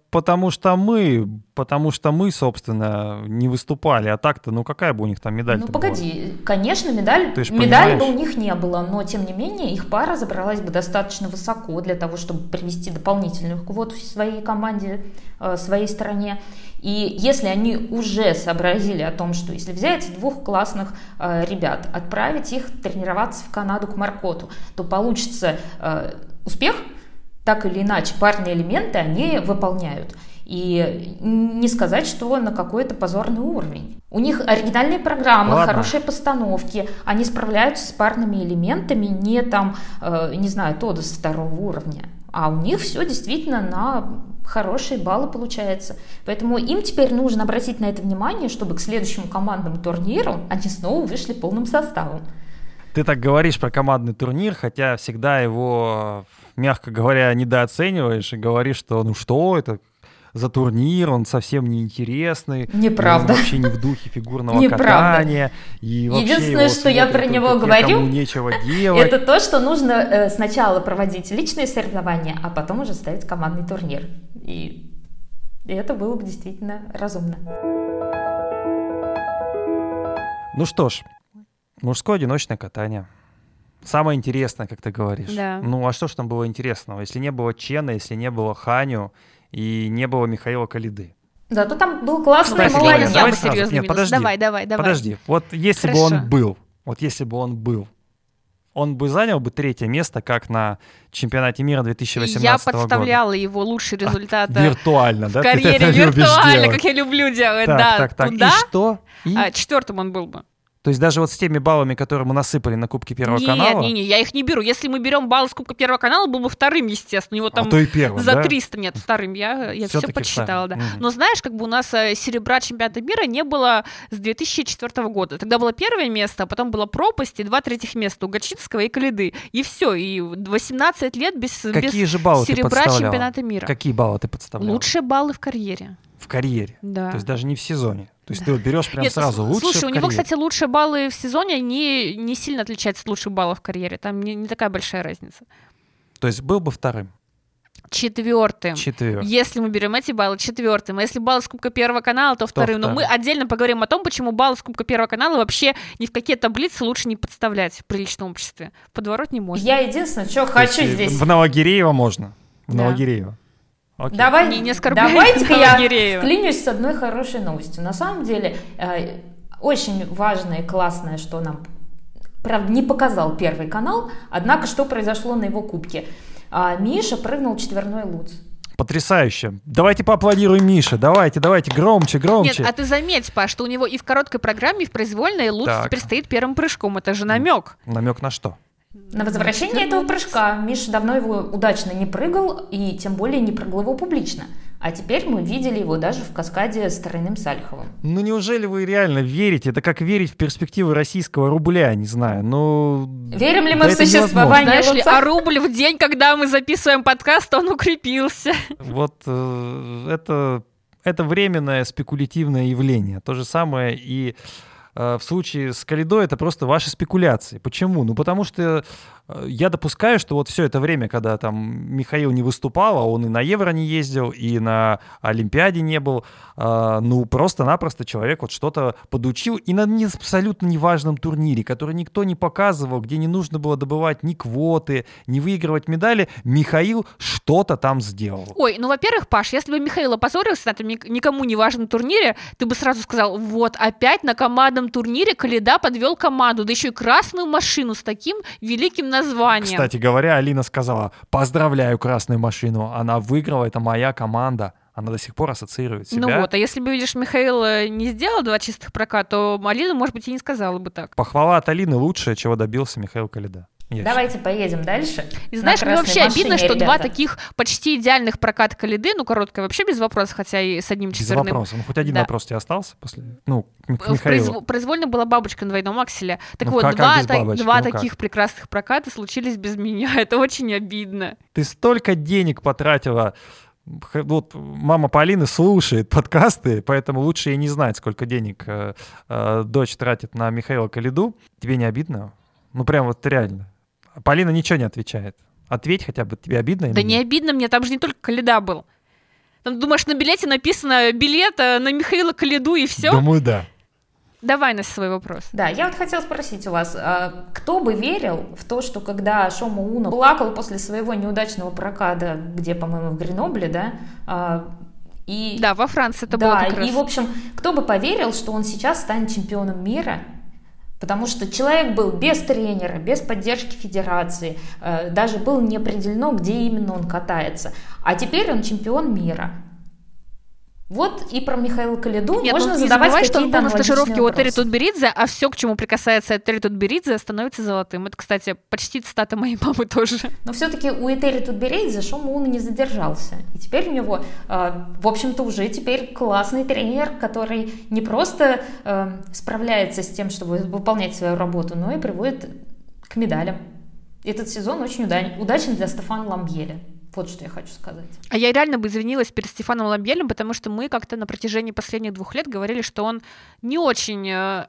потому что мы, собственно, не выступали. А так-то, ну какая бы у них там медаль-то Ну погоди, была? конечно, медали понимаешь. бы у них не было, но тем не менее их пара забралась бы достаточно высоко для того, чтобы привести дополнительную квоту в своей команде, в своей стране. И если они уже сообразили о том, что если взять двух классных ребят, отправить их тренироваться в Канаду к Маркоту, то получится успех. Так или иначе, парные элементы они выполняют. И не сказать, что на какой-то позорный уровень. У них оригинальные программы, Ладно. хорошие постановки. Они справляются с парными элементами, не там, не знаю, Тодда со второго уровня. А у них все действительно на хорошие баллы получается. Поэтому им теперь нужно обратить на это внимание, чтобы к следующему командному турниру они снова вышли полным составом. Ты так говоришь про командный турнир, хотя всегда его, мягко говоря, недооцениваешь и говоришь, что ну что это за турнир, он совсем неинтересный. Неправда. Он вообще не в духе фигурного Неправда. катания. И Единственное, что я про него говорю, кому нечего делать. это то, что нужно сначала проводить личные соревнования, а потом уже ставить командный турнир. И это было бы действительно разумно. Ну что ж, мужское одиночное катание. Самое интересное, как ты говоришь. Да. Ну а что ж там было интересного? Если не было Чена, если не было Ханю и не было Михаила Калиды. Зато там был классный Кстати молодец. говоря, давай бы сразу. серьезный Нет, минус. подожди. Давай. Подожди, вот если бы он был, он бы занял бы 3-е место, как на чемпионате мира 2018 Я года. подставляла его лучшие результаты Виртуально, в да? Ты карьере, это любишь виртуально, делать. как я люблю делать, Так. туда. И что? И? 4-м он был бы. То есть даже вот с теми баллами, которые мы насыпали на Кубке Первого канала? Нет, я их не беру. Если мы берем баллы с Кубка Первого канала, был бы 2-м, естественно. У него там то и первым, за да? 300, нет, 2-м. Я все Всё-таки подсчитала, да. вторым. Мгм. Но знаешь, как бы у нас серебра чемпионата мира не было с 2004 года. Тогда было 1-е место, а потом была пропасть и 2 3-х места у Гатчинского и Калиды. И все, и 18 лет без Какие же баллы ты серебра подставляла? чемпионата мира. Какие баллы ты подставляла? Лучшие баллы в карьере. В карьере? Да. То есть даже не в сезоне? То есть ты вот берешь прям Нет, сразу лучшие слушай, в у него, карьере? кстати, лучшие баллы в сезоне не сильно отличаются от лучших баллов в карьере. Там не такая большая разница. То есть был бы 2-м? 4-м. 4-м. Если мы берем эти баллы, 4-м. А если баллы с Кубка Первого канала, то 2-м. Но мы отдельно поговорим о том, почему баллы с Кубка Первого канала вообще ни в какие таблицы лучше не подставлять в приличном обществе. Подворот не можно. Я единственное, что То хочу есть здесь. В Новогиреево можно? В Да. Новогиреево. Окей. Не оскорбляй Давайте-ка я Новогиреева. вклинюсь с одной хорошей новостью. На самом деле, очень важное и классное, что нам, правда, не показал Первый канал, однако, что произошло на его кубке. Миша прыгнул 4-й луц. Потрясающе. Давайте поаплодируем Мише. Давайте, громче. Нет, а ты заметь, Паш, что у него и в короткой программе, и в произвольной луц Так. теперь стоит первым прыжком. Это же намек. Намек на что? На возвращение этого прыжка. Миша давно его удачно не прыгал, и тем более не прыгал его публично. А теперь мы видели его даже в каскаде с тройным Сальховым. Ну неужели вы реально верите? Это как верить в перспективы российского рубля, не знаю. Ну... Верим ли мы да в это существование Знаешь ли, луца? а рубль в день, когда мы записываем подкаст, он укрепился. Вот это временное спекулятивное явление. То же самое и в случае с Калидой это просто ваши спекуляции. Почему? Ну, потому что я допускаю, что вот все это время, когда там Михаил не выступал, а он и на Евро не ездил, и на Олимпиаде не был, ну, просто-напросто человек вот что-то подучил и на абсолютно неважном турнире, который никто не показывал, где не нужно было добывать ни квоты, ни выигрывать медали, Михаил что-то там сделал. Ой, ну, во-первых, Паш, если бы Михаил опозорился на этом никому не важном турнире, ты бы сразу сказал, вот, опять на командном турнире Калида подвел команду, да еще и красную машину с таким великим названием. Кстати говоря, Алина сказала, поздравляю красную машину, она выиграла, это моя команда. Она до сих пор ассоциирует себя. Ну вот, а если бы, видишь, Михаил не сделал 2 чистых проката, то Алина, может быть, и не сказала бы так. Похвала от Алины лучшее, чего добился Михаил Калида. Давайте поедем дальше. И знаешь, На мне вообще красной обидно, машине, что ребята. 2 таких почти идеальных проката Калиды, ну, короткая вообще без вопросов, хотя и с одним Без четверным. вопроса. Ну, хоть один Да. вопрос тебе остался после, ну, к В Михаилу. произвольно была бабочка на двойном акселе. Так Ну, вот, как без бабочки? два Ну, как? таких прекрасных проката случились без меня. Это очень обидно. Ты столько денег потратила. Вот мама Полины слушает подкасты, поэтому лучше ей не знать, сколько денег дочь тратит на Михаила Калиду. Тебе не обидно? Ну, прям вот реально. Полина ничего не отвечает. Ответь хотя бы, тебе обидно? Да или не нет? обидно мне, там же не только Калида был. Там, думаешь, на билете написано билет на Михаила Коляду и все? Думаю, да. Давай, Настя, свой вопрос. Да, я вот хотела спросить у вас, кто бы верил в то, что когда Шома Уно плакал после своего неудачного проката, где, по-моему, в Гренобле, да, и... Да, во Франции это было как раз. И, в общем, кто бы поверил, что он сейчас станет чемпионом мира, потому что человек был без тренера, без поддержки федерации, даже было не определено, где именно он катается, а теперь он чемпион мира. Вот и про Михаила Коляду можно задавать какие-то что он был на стажировке у Терри вопросы. Тутберидзе, а все, к чему прикасается Терри Тутберидзе, становится золотым. Это, кстати, почти цитата моей мамы тоже. Но все-таки у Этери Тутберидзе Шома Уно не задержался. И теперь у него, в общем-то, уже теперь классный тренер, который не просто справляется с тем, чтобы выполнять свою работу, но и приводит к медалям. Этот сезон очень удачен для Стефана Ламбьеля. Вот что я хочу сказать. А я реально бы извинилась перед Стефаном Ламбьелем, потому что мы как-то на протяжении последних 2 лет говорили, что он не очень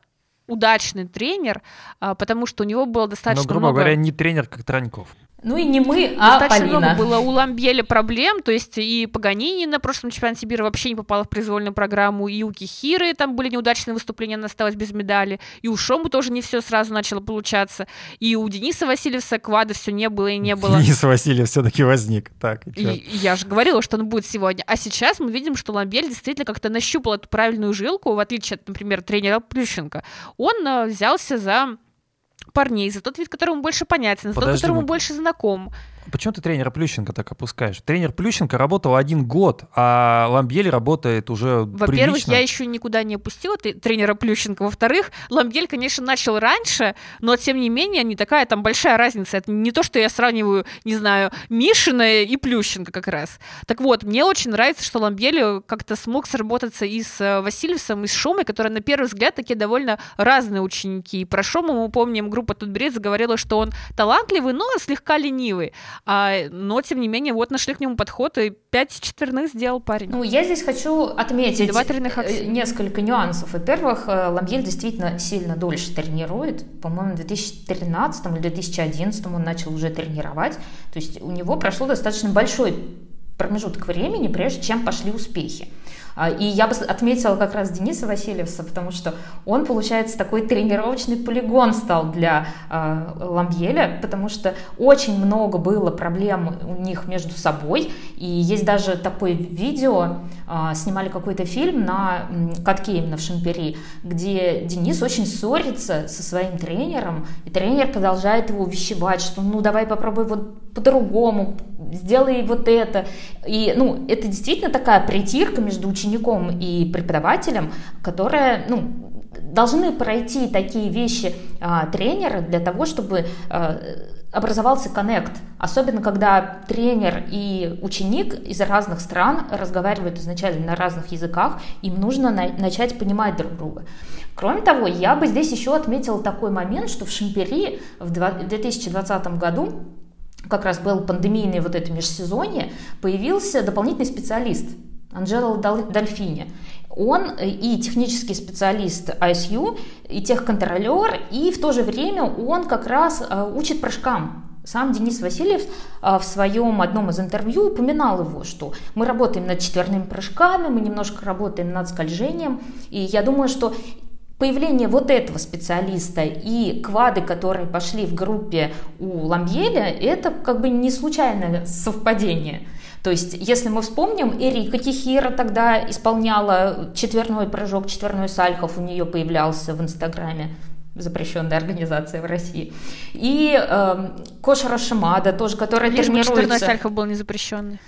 удачный тренер, потому что у него было достаточно грубо говоря, не тренер, как Траньков. Ну и не мы, а достаточно Полина. много было у Ламбьеля проблем, то есть и Паганини на прошлом чемпионате мира вообще не попала в произвольную программу, и у Кихиры там были неудачные выступления, она осталась без медали, и у Шомы тоже не все сразу начало получаться, и у Дениса Васильевса квада все не было и не было. Денис Васильев все-таки возник. Так, и я же говорила, что он будет сегодня. А сейчас мы видим, что Ламбьель действительно как-то нащупал эту правильную жилку, в отличие от, например, тренера Плющенко. Он взялся за парней, за тот вид, которому больше понятен, за тот, которому больше знаком. Почему ты тренера Плющенко так опускаешь? Тренер Плющенко работал 1 год, а Ламбьель работает уже Во-первых, прилично. я еще никуда не опустила тренера Плющенко. Во-вторых, Ламбьель, конечно, начал раньше, но, тем не менее, не такая там большая разница. Это не то, что я сравниваю, не знаю, Мишина и Плющенко как раз. Так вот, мне очень нравится, что Ламбьель как-то смог сработаться и с Васильевсом, и с Шомой, которые, на первый взгляд, такие довольно разные ученики. И про Шому мы помним, группа Тутберидзе говорила, что он талантливый, но слегка ленивый. Но, тем не менее, вот нашли к нему подход, и 5 четверных сделал парень. Ну, я здесь хочу отметить 2 тройных акции. Несколько нюансов. Во-первых, Ламбьель действительно сильно дольше тренирует. По-моему, в 2013 или 2011 он начал уже тренировать. То есть у него прошло достаточно большой промежуток времени, прежде чем пошли успехи. И я бы отметила как раз Дениса Васильевса, потому что он, получается, такой тренировочный полигон стал для Ламбьеля, потому что очень много было проблем у них между собой. И есть даже такое видео, снимали какой-то фильм на катке именно в Шампери, где Денис очень ссорится со своим тренером, и тренер продолжает его увещевать, что ну давай попробуй вот по-другому, сделай вот это. И, ну, это действительно такая притирка между учеником и преподавателем, которая, ну, должны пройти такие вещи тренеры для того, чтобы образовался коннект. Особенно, когда тренер и ученик из разных стран разговаривают изначально на разных языках, им нужно начать понимать друг друга. Кроме того, я бы здесь еще отметила такой момент, что в Шампери в 2020 году, как раз был пандемийный вот это межсезонье, появился дополнительный специалист Анджело Дольфини. Он и технический специалист ISU, и техконтролер, и в то же время он как раз учит прыжкам. Сам Денис Васильев в своем одном из интервью упоминал его, что мы работаем над четверными прыжками, мы немножко работаем над скольжением, и я думаю, что появление вот этого специалиста и квады, которые пошли в группе у Ламбьеля, это как бы не случайное совпадение. То есть, если мы вспомним, Эрика Кихира тогда исполняла четверной прыжок, четверной сальхов, у нее появлялся в Инстаграме, запрещенная организация в России. И Кошара Шимада тоже, которая тренируется... четверной сальхов был не запрещенный.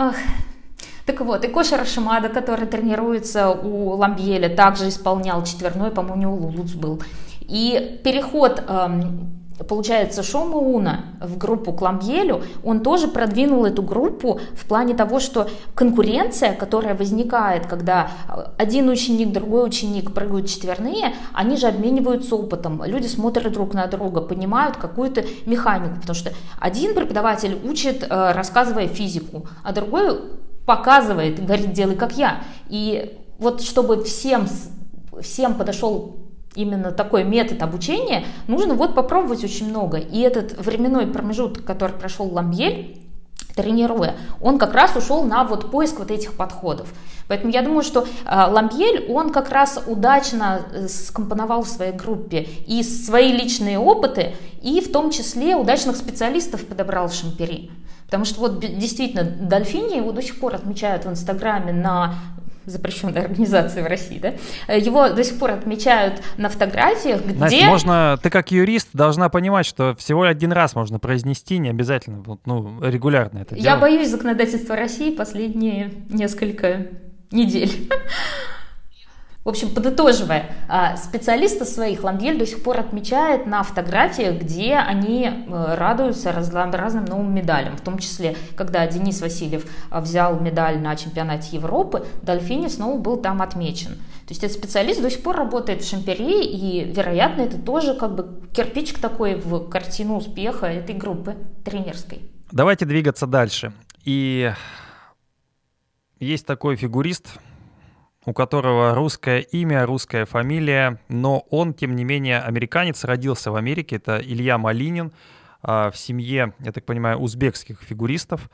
Так вот, и Кошара Шимада, который тренируется у Ламбьеля, также исполнял четверной, по-моему, у Лулуц был. И переход, получается, Шома Уно в группу к Ламбьелю, он тоже продвинул эту группу в плане того, что конкуренция, которая возникает, когда один ученик, другой ученик прыгают четверные, они же обмениваются опытом, люди смотрят друг на друга, понимают какую-то механику, потому что один преподаватель учит, рассказывая физику, а другой показывает, говорит, делай как я. И вот чтобы всем подошел именно такой метод обучения, нужно вот попробовать очень много. И этот временной промежуток, который прошел Ламбьель, тренируя, он как раз ушел на вот поиск вот этих подходов. Поэтому я думаю, что Ламбьель, он как раз удачно скомпоновал в своей группе и свои личные опыты, и в том числе удачных специалистов подобрал в Шампери. Потому что вот действительно Дольфини его до сих пор отмечают в Инстаграме на запрещенной организации в России, да? Его до сих пор отмечают на фотографиях, где... Настя, ты как юрист должна понимать, что всего один раз можно произнести, не обязательно, регулярно это делать. Я боюсь законодательства России последние несколько недель. В общем, подытоживая, специалистов своих Ламбьель до сих пор отмечает на фотографиях, где они радуются разным новым медалям. В том числе, когда Денис Васильев взял медаль на чемпионате Европы, Дольфини снова был там отмечен. То есть этот специалист до сих пор работает в Шампери, и, вероятно, это тоже как бы кирпичик такой в картину успеха этой группы тренерской. Давайте двигаться дальше. И есть такой фигурист, у которого русское имя, русская фамилия, но он, тем не менее, американец, родился в Америке. Это Илья Малинин в семье, я так понимаю, узбекских фигуристов.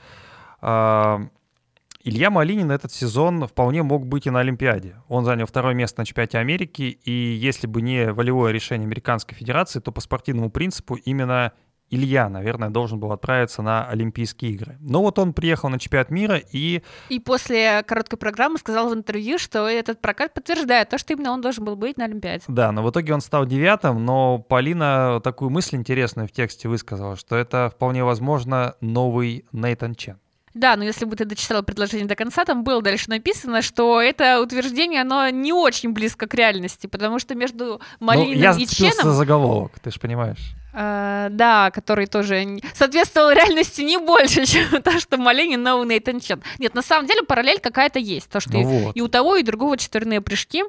Илья Малинин этот сезон вполне мог быть и на Олимпиаде. Он занял 2-е место на чемпионате Америки, и если бы не волевое решение Американской Федерации, то по спортивному принципу именно Илья, наверное, должен был отправиться на Олимпийские игры. Но вот он приехал на чемпионат мира и... И после короткой программы сказал в интервью, что этот прокат подтверждает то, что именно он должен был быть на Олимпиаде. Да, но в итоге он стал 9-м, но Полина такую мысль интересную в тексте высказала, что это вполне возможно новый Нейтан Чен. Да, но если бы ты дочитала предложение до конца, там было дальше написано, что это утверждение, оно не очень близко к реальности, потому что между Малининым и Ченом... Я зацепился за заголовок, ты же понимаешь. Да, который тоже соответствовал реальности не больше, чем то, что Малинин новый Нейтан Чен. Нет, на самом деле параллель какая-то есть, то, что и у того, и у другого четверные прыжки.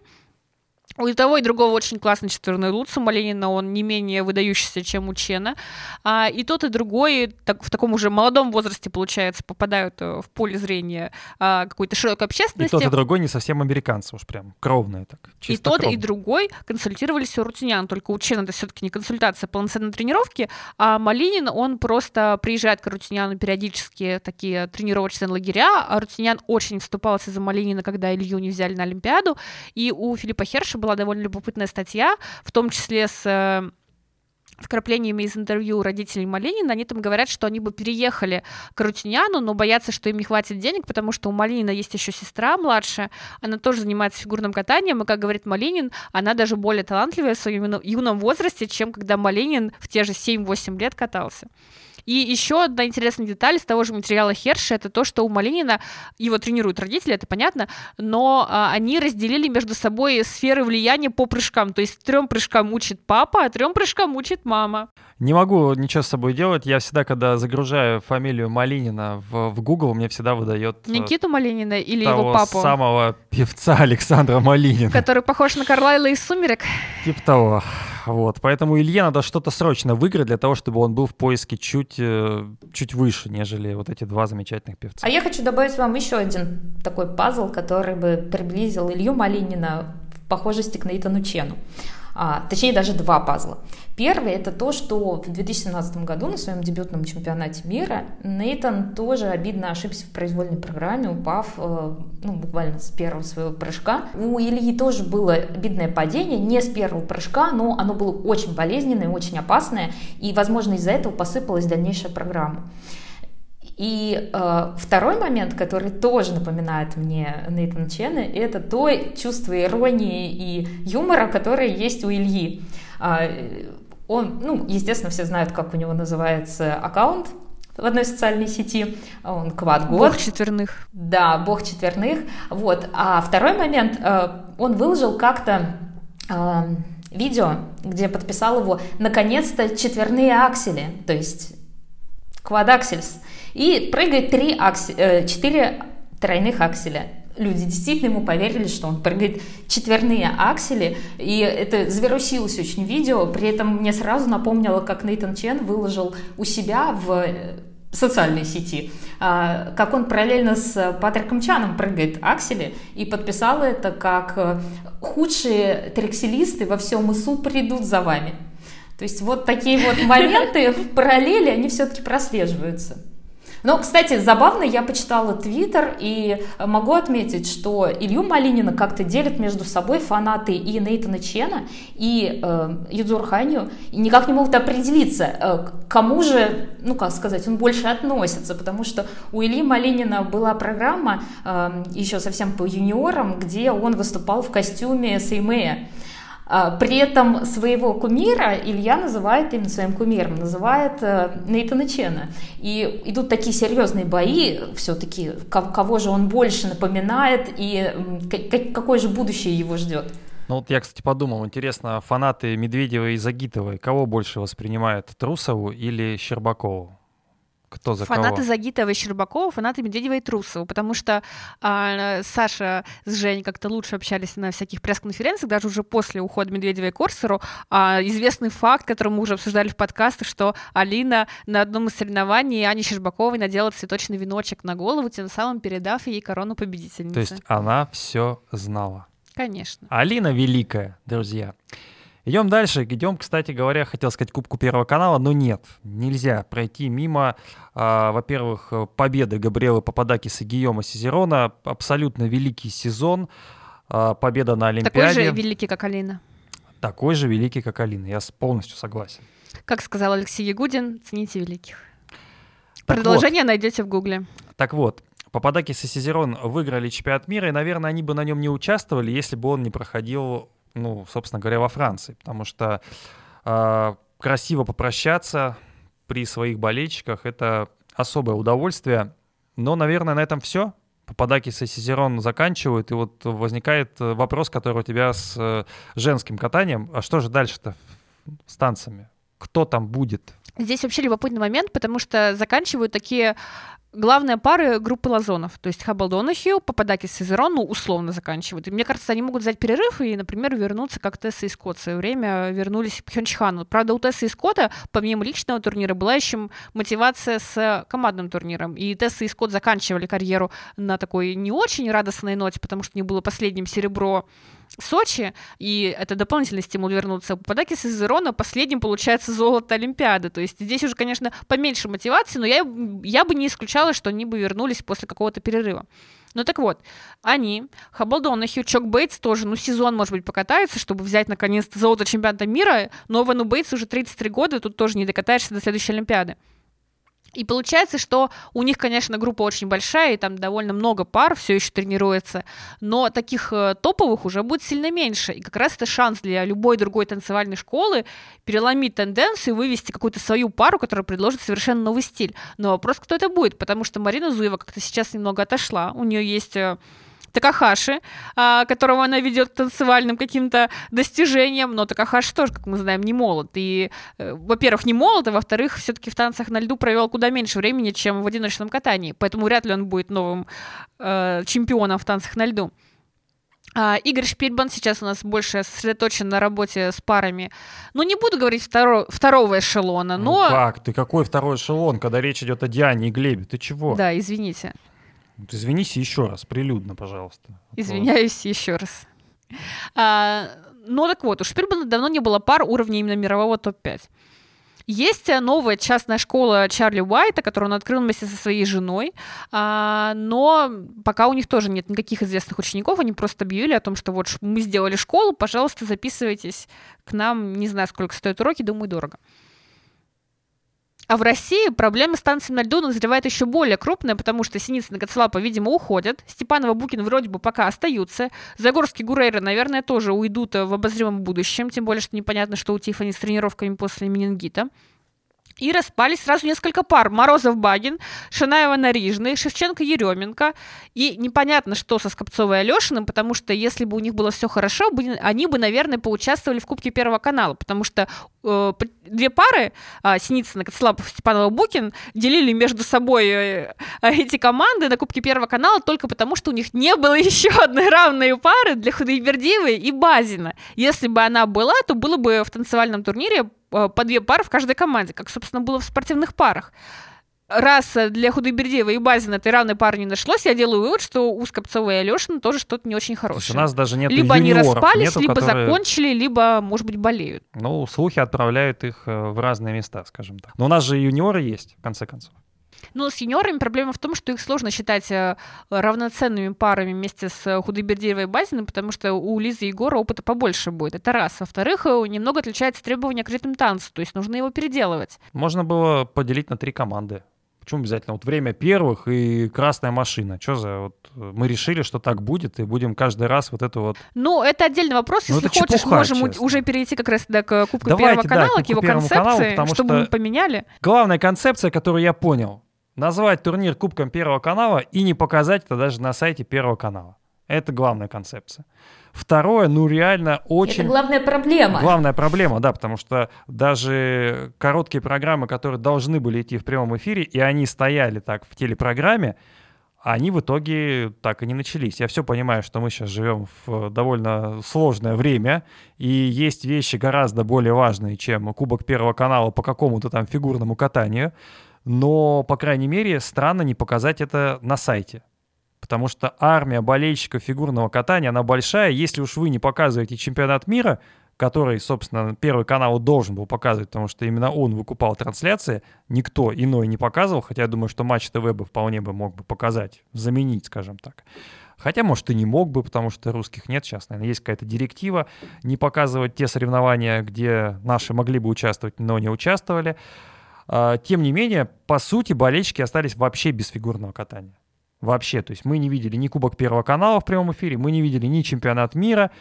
У того и другого очень классный четверной луц у Малинина, он не менее выдающийся, чем у Чена. И тот, и другой в таком уже молодом возрасте, получается, попадают в поле зрения какой-то широкой общественности. И тот, и другой не совсем американцы, уж прям кровные так. И тот, и другой консультировались у рутинян, только у Чена это все-таки не консультация, а полноценной тренировки, а Малинин, он просто приезжает к рутиняну периодически такие тренировочные лагеря, а рутинян очень вступался за Малинина, когда Илью не взяли на Олимпиаду, и у Филиппа Херша была довольно любопытная статья, в том числе с вкраплениями из интервью родителей Малинина. Они там говорят, что они бы переехали к Арутюняну, но боятся, что им не хватит денег, потому что у Малинина есть еще сестра младшая, она тоже занимается фигурным катанием, и, как говорит Малинин, она даже более талантливая в своем юном возрасте, чем когда Малинин в те же 7-8 лет катался. И еще одна интересная деталь из того же материала Херша, это то, что у Малинина, его тренируют родители, это понятно, но они разделили между собой сферы влияния по прыжкам. То есть 3 прыжкам учит папа, а 3 прыжкам учит мама. Не могу ничего с собой делать. Я всегда, когда загружаю фамилию Малинина в Google, мне всегда выдает... Никиту Малинина или его папу? Того самого певца Александра Малинина. Который похож на Карлайла из «Сумерек». Типа того. Вот. Поэтому Илье надо что-то срочно выиграть для того, чтобы он был в поиске чуть выше, нежели вот эти 2 замечательных певца. А я хочу добавить вам еще один такой пазл, который бы приблизил Илью Малинина в похожести к Нейтану Чену. Точнее, даже 2 пазла. Первый — это то, что в 2017 году на своем дебютном чемпионате мира Нейтан тоже обидно ошибся в произвольной программе, упав буквально с первого своего прыжка. У Ильи тоже было обидное падение, не с первого прыжка, но оно было очень болезненное, очень опасное, и, возможно, из-за этого посыпалась дальнейшая программа. И второй момент, который тоже напоминает мне Нейтана Чена, это то чувство иронии и юмора, которое есть у Ильи. Он, естественно, все знают, как у него называется аккаунт в одной социальной сети. Он Квадгод. Бог четверных. Да, бог четверных. Вот. А второй момент, он выложил как-то видео, где подписал его «Наконец-то четверные аксели», то есть квадаксельс. И прыгает 4 тройных акселя. Люди действительно ему поверили, что он прыгает четверные аксели, и это завирусилось очень видео. При этом мне сразу напомнило, как Нейтан Чен выложил у себя в социальной сети, как он параллельно с Патриком Чаном прыгает аксели, и подписал это как «худшие трикселисты во всем ИСУ придут за вами». То есть вот такие вот моменты в параллели, они все-таки прослеживаются. Ну, кстати, забавно, я почитала Твиттер и могу отметить, что Илью Малинина как-то делят между собой фанаты и Нейтана Чена, и Юдзуру Ханью, и никак не могут определиться, к кому же, ну, как сказать, он больше относится, потому что у Ильи Малинина была программа еще совсем по юниорам, где он выступал в костюме Сеймея. При этом своего кумира Илья называет именно своим кумиром, называет Нейтана Чена. И идут такие серьезные бои, все-таки, кого же он больше напоминает и какое же будущее его ждет. Ну вот я, кстати, подумал, интересно, фанаты Медведевой и Загитовой кого больше воспринимают, Трусову или Щербакову? Кто за фанаты кого? Загитова и Щербакова, фанаты Медведева и Трусова, потому что Саша с Женей как-то лучше общались на всяких пресс-конференциях, даже уже после ухода Медведева и Корсару. Известный факт, который мы уже обсуждали в подкастах, что Алина на одном из соревнований Ане Щербаковой надела цветочный веночек на голову, тем самым передав ей корону победительницы. То есть она все знала. Конечно. Алина великая, друзья. Идем дальше. Идем, кстати говоря, хотел сказать Кубку Первого канала, но нет, нельзя пройти мимо, во-первых, победы Габриэлы Пападакис и Гийома Сизерона. Абсолютно великий сезон. Победа на Олимпиаде. Такой же великий, как Алина. Такой же великий, как Алина. Я полностью согласен. Как сказал Алексей Ягудин, цените великих. Так Продолжение найдете в Гугле. Так вот, Пападакис и Сизерон выиграли чемпионат мира, и, наверное, они бы на нем не участвовали, если бы он не проходил, ну, собственно говоря, во Франции, потому что красиво попрощаться при своих болельщиках — это особое удовольствие. Но, наверное, на этом все. Пападакис и Сизерон заканчивают, и вот возникает вопрос, который у тебя с женским катанием. А что же дальше-то с танцами? Кто там будет? Здесь вообще любопытный момент, потому что заканчивают такие главные пары группы лазонов. То есть Хаббл Донахью, Пападакис и Сизерон, ну, условно заканчивают. И мне кажется, они могут взять перерыв и, например, вернуться, как Тесса и Скотт в свое время вернулись к Пхёнчхану. Правда, у Тессы и Скотта, помимо личного турнира, была еще мотивация с командным турниром. И Тесса и Скотт заканчивали карьеру на такой не очень радостной ноте, потому что у них было последним серебро Сочи, и это дополнительный стимул вернуться. Пападакис и Сизерона последним получается золото Олимпиады. То есть здесь уже, конечно, поменьше мотивации, но я бы не исключала, что они бы вернулись после какого-то перерыва. Ну так вот, они, Хаббл Донахью, Чок Бейтс тоже, ну, сезон, может быть, покатаются, чтобы взять, наконец-то, золото чемпионата мира, но Вену Бейтсу уже 33 года, тут тоже не докатаешься до следующей Олимпиады. И получается, что у них, конечно, группа очень большая, и там довольно много пар все еще тренируется, но таких топовых уже будет сильно меньше. И как раз это шанс для любой другой танцевальной школы переломить тенденцию и вывести какую-то свою пару, которая предложит совершенно новый стиль. Но вопрос, кто это будет, потому что Марина Зуева как-то сейчас немного отошла. У нее есть Такахаши, которого она ведет к танцевальным каким-то достижениям, но Такахаши тоже, как мы знаем, не молод. И, во-первых, не молод, а во-вторых, все-таки в танцах на льду провел куда меньше времени, чем в одиночном катании. Поэтому вряд ли он будет новым чемпионом в танцах на льду. Игорь Шпильбан сейчас у нас больше сосредоточен на работе с парами. Ну, не буду говорить второго эшелона, но... Ну как? Ты какой второй эшелон, когда речь идет о Диане и Глебе? Ты чего? Да, извините. Извинись еще раз, прилюдно, пожалуйста. Извиняюсь еще раз. Ну так вот, у Шпильбана давно не было пар уровня именно мирового топ-5. Есть новая частная школа Чарли Уайта, которую он открыл вместе со своей женой, но пока у них тоже нет никаких известных учеников, они просто объявили о том, что вот мы сделали школу, пожалуйста, записывайтесь к нам, не знаю, сколько стоят уроки, думаю, дорого. А в России проблема с танцем на льду назревает еще более крупная, потому что Синицын и Коцелапа, видимо, уходят, Степанова, Букин вроде бы пока остаются, Загорский, Гурейра, наверное, тоже уйдут в обозримом будущем, тем более, что непонятно, что у Тиффани с тренировками после менингита. И распались сразу несколько пар. Морозов-Багин, Шанаева-Нарижный, Шевченко-Еременко. И непонятно, что со Скопцовой и Алешиным, потому что если бы у них было все хорошо, они бы, наверное, поучаствовали в Кубке Первого канала, потому что две пары, Синицын, Коцелапов, Степанова-Букин, делили между собой эти команды на Кубке Первого канала только потому, что у них не было еще одной равной пары для Худайбердиевой и Базина. Если бы она была, то было бы в танцевальном турнире по две пары в каждой команде, как, собственно, было в спортивных парах. Раз для Худайбердиева и Базина этой равной пары не нашлось, я делаю вывод, что у Скопцова и Алешина тоже что-то не очень хорошее. У нас даже нет либо юниоров, они распались, либо которые... закончили, либо, может быть, болеют. Ну, слухи отправляют их в разные места, скажем так. Но у нас же юниоры есть, в конце концов. Ну, с юниорами проблема в том, что их сложно считать равноценными парами вместе с Худайбердиевой и Базиным, потому что у Лизы и Егора опыта побольше будет. Это раз. Во-вторых, немного отличается требования к ритм танцу, то есть нужно его переделывать. Можно было поделить на 3 команды. Почему обязательно? Вот время первых и красная машина. Что за... Вот мы решили, что так будет, и будем каждый раз вот это вот... Ну, это отдельный вопрос. Если хочешь, чепуха, можем честно. уже перейти как раз к Кубку Первого канала, к его концепции, чтобы мы поменяли. Главная концепция, которую я понял, назвать турнир Кубком Первого канала и не показать это даже на сайте Первого канала. Это главная концепция. Второе, ну реально очень... Это главная проблема. Главная проблема, да, потому что даже короткие программы, которые должны были идти в прямом эфире, и они стояли так в телепрограмме, они в итоге так и не начались. Я все понимаю, что мы сейчас живем в довольно сложное время, и есть вещи гораздо более важные, чем Кубок Первого канала по какому-то там фигурному катанию, но, по крайней мере, странно не показать это на сайте. Потому что армия болельщиков фигурного катания, она большая. Если уж вы не показываете чемпионат мира, который, собственно, Первый канал должен был показывать, потому что именно он выкупал трансляции, никто иной не показывал, хотя я думаю, что Матч ТВ бы вполне мог бы показать, заменить, скажем так. Хотя, может, и не мог бы, потому что русских нет сейчас, наверное, есть какая-то директива не показывать те соревнования, где наши могли бы участвовать, но не участвовали. Тем не менее, по сути, болельщики остались вообще без фигурного катания. Вообще, то есть мы не видели ни Кубок Первого канала в прямом эфире, мы не видели ни чемпионат мира.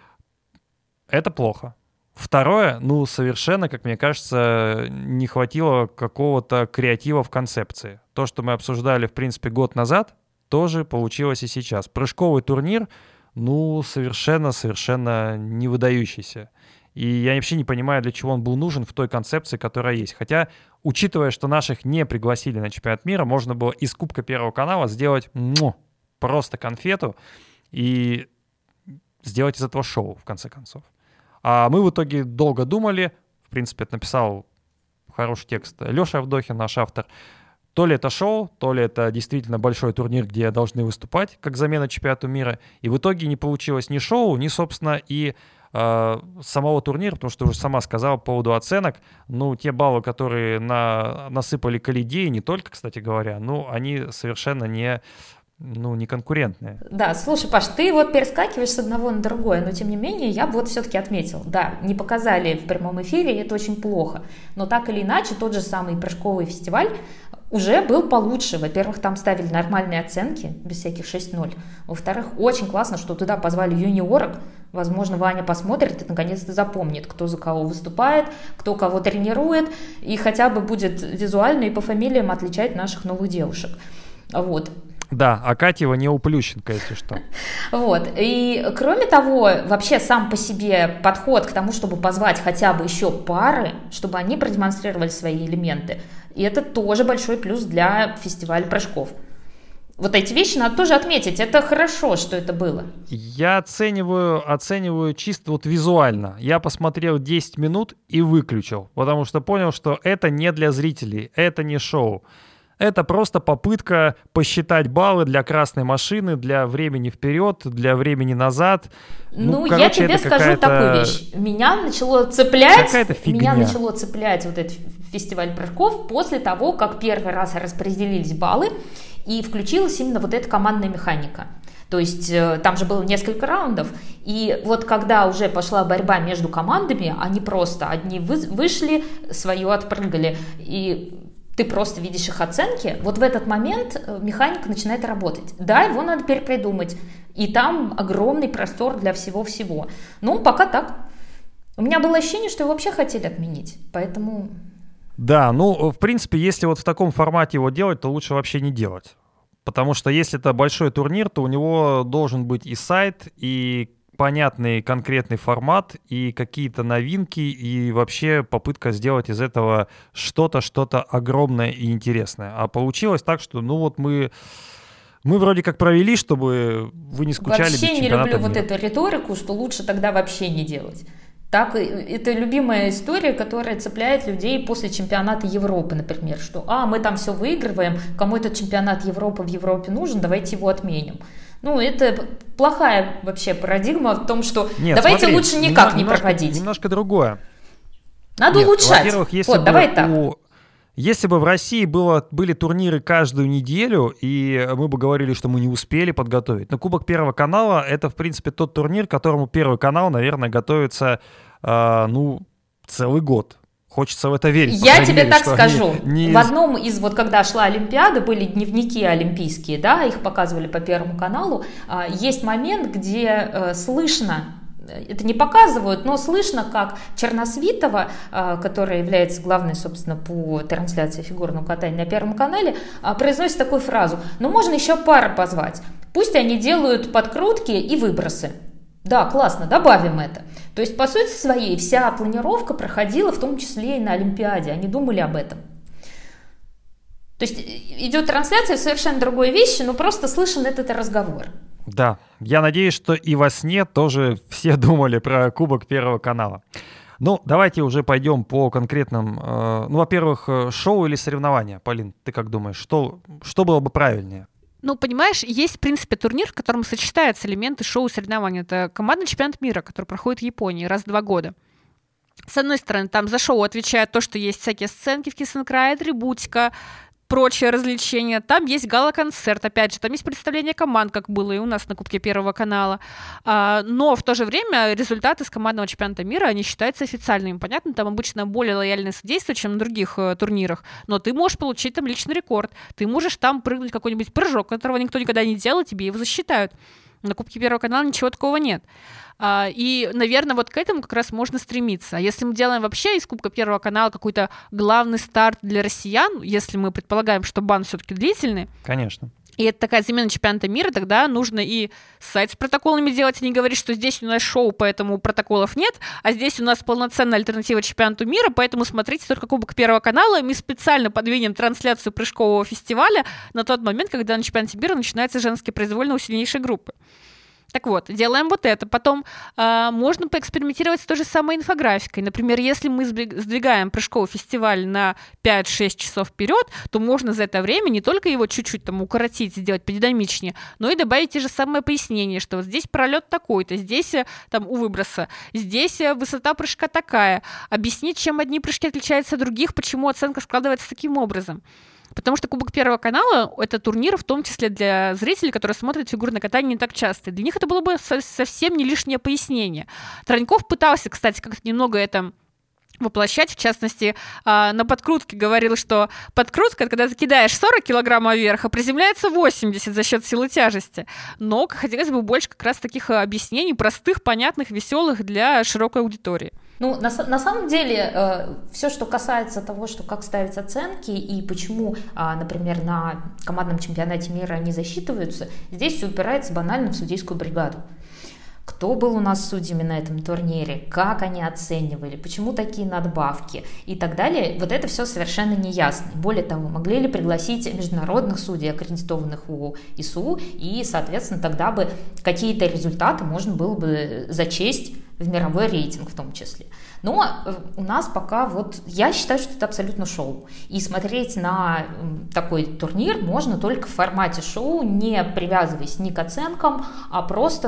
Это плохо. Второе, ну, совершенно, как мне кажется, не хватило какого-то креатива в концепции. То, что мы обсуждали, в принципе, год назад, тоже получилось и сейчас. Прыжковый турнир, ну, совершенно не выдающийся. И я вообще не понимаю, для чего он был нужен в той концепции, которая есть. Хотя, учитывая, что наших не пригласили на чемпионат мира, можно было из Кубка Первого канала сделать просто конфету и сделать из этого шоу, в конце концов. А мы в итоге долго думали, в принципе, это написал хороший текст Леша Авдохин, наш автор. То ли это шоу, то ли это действительно большой турнир, где должны выступать как замена чемпионату мира. И в итоге не получилось ни шоу, ни, собственно, и самого турнира, потому что уже сама сказала по поводу оценок. Ну, те баллы, которые насыпали Калидеи, не только, кстати говоря, ну, они совершенно не конкурентные. Да, слушай, Паш, ты вот перескакиваешь с одного на другое, но тем не менее я бы вот все-таки отметил, да, не показали в прямом эфире, это очень плохо, но так или иначе тот же самый прыжковый фестиваль уже был получше. Во-первых, там ставили нормальные оценки, без всяких 6-0. Во-вторых, очень классно, что туда позвали юниорок. Возможно, Ваня посмотрит и наконец-то запомнит, кто за кого выступает, кто кого тренирует, и хотя бы будет визуально и по фамилиям отличать наших новых девушек. Вот. Да, а Катева не Уплющенко, если что. Вот. И кроме того, вообще сам по себе подход к тому, чтобы позвать хотя бы еще пары, чтобы они продемонстрировали свои элементы, и это тоже большой плюс для фестиваля прыжков. Вот эти вещи надо тоже отметить. Это хорошо, что это было. Я оцениваю чисто вот визуально. Я посмотрел 10 минут и выключил, потому что понял, что это не для зрителей, это не шоу. Это просто попытка посчитать баллы для красной машины, для времени вперед, для времени назад. Я тебе скажу такую вещь. Меня начало цеплять вот этот фестиваль прыжков после того, как первый раз распределились баллы и включилась именно вот эта командная механика. То есть там же было несколько раундов, и вот когда уже пошла борьба между командами, они просто одни вышли, свое отпрыгали, и ты просто видишь их оценки, вот в этот момент механика начинает работать. Да, его надо перепридумать, и там огромный простор для всего-всего. Ну, пока так. У меня было ощущение, что его вообще хотели отменить, поэтому... Да, в принципе, если вот в таком формате его делать, то лучше вообще не делать. Потому что если это большой турнир, то у него должен быть и сайт, и понятный конкретный формат, и какие-то новинки, и вообще попытка сделать из этого что-то огромное и интересное. А получилось так, что мы вроде как провели, чтобы вы не скучали без чемпионата мира. Вообще не люблю вот эту риторику, что лучше тогда вообще не делать. Так, это любимая история, которая цепляет людей после чемпионата Европы, например, что мы там все выигрываем, кому этот чемпионат Европы в Европе нужен, давайте его отменим. Это плохая вообще парадигма в том, что давайте лучше никак не проводить. Немножко другое. Надо улучшать. Во-первых, давай так. Если бы в России были турниры каждую неделю, и мы бы говорили, что мы не успели подготовить, но Кубок Первого канала — это, в принципе, тот турнир, к которому Первый канал, наверное, готовится, целый год. Хочется в это верить. Я тебе так скажу. В одном из, когда шла Олимпиада, были дневники олимпийские, да, их показывали по Первому каналу. Есть момент, где слышно, это не показывают, но слышно, как Черносвитова, которая является главной, собственно, по трансляции фигурного катания на Первом канале, произносит такую фразу: ну, можно еще пары позвать, пусть они делают подкрутки и выбросы. Да, классно, добавим это. То есть, по сути своей, вся планировка проходила в том числе и на Олимпиаде, они думали об этом. То есть, идет трансляция совершенно другой вещи, но просто слышен этот разговор. Да, я надеюсь, что и во сне тоже все думали про Кубок Первого канала. Ну, давайте уже пойдем по конкретным, во-первых, шоу или соревнования. Полин, ты как думаешь, что было бы правильнее? Ну, понимаешь, есть, в принципе, турнир, в котором сочетаются элементы шоу и соревнований. Это командный чемпионат мира, который проходит в Японии раз в 2 года. С одной стороны, там за шоу отвечает то, что есть всякие сценки в Киссенкрае, атрибутика, прочие развлечения. Там есть гала-концерт, опять же, там есть представление команд, как было и у нас на Кубке Первого канала. Но в то же время результаты с командного чемпионата мира, они считаются официальными. Понятно, там обычно более лояльное содействие, чем на других турнирах, но ты можешь получить там личный рекорд, ты можешь там прыгнуть какой-нибудь прыжок, которого никто никогда не делал, тебе его засчитают. На Кубке Первого канала ничего такого нет. И, наверное, вот к этому как раз можно стремиться. А если мы делаем вообще из Кубка Первого канала какой-то главный старт для россиян, если мы предполагаем, что бан все-таки длительный, конечно, и это такая замена чемпионата мира, тогда нужно и сайт с протоколами делать, и не говорить, что здесь у нас шоу, поэтому протоколов нет, а здесь у нас полноценная альтернатива чемпионату мира, поэтому смотрите только Кубок Первого канала, и мы специально подвинем трансляцию прыжкового фестиваля на тот момент, когда на чемпионате мира начинаются женские произвольно у сильнейшей группы. Так вот, делаем вот это. Потом можно поэкспериментировать с той же самой инфографикой. Например, если мы сдвигаем прыжковый фестиваль на 5-6 часов вперед, то можно за это время не только его чуть-чуть там укоротить, сделать подинамичнее, но и добавить те же самые пояснения, что вот здесь пролет такой-то, здесь там у выброса, здесь высота прыжка такая. Объяснить, чем одни прыжки отличаются от других, почему оценка складывается таким образом. Потому что Кубок Первого канала — это турнир, в том числе для зрителей, которые смотрят фигурное катание не так часто. И для них это было бы совсем не лишнее пояснение. Троньков пытался, кстати, как-то немного это воплощать, в частности, на подкрутке говорил, что подкрутка, когда ты кидаешь 40 килограммов вверх, а приземляется 80 за счет силы тяжести. Но хотелось бы больше как раз таких объяснений, простых, понятных, веселых для широкой аудитории. Ну, на самом деле, все, что касается того, что как ставить оценки и почему, например, на командном чемпионате мира они засчитываются, здесь все упирается банально в судейскую бригаду. Кто был у нас судьями на этом турнире, как они оценивали, почему такие надбавки и так далее, вот это все совершенно неясно. Более того, могли ли пригласить международных судей, аккредитованных у ИСУ, и, соответственно, тогда бы какие-то результаты можно было бы зачесть в мировой рейтинг в том числе. Но у нас пока я считаю, что это абсолютно шоу. И смотреть на такой турнир можно только в формате шоу, не привязываясь ни к оценкам, а просто,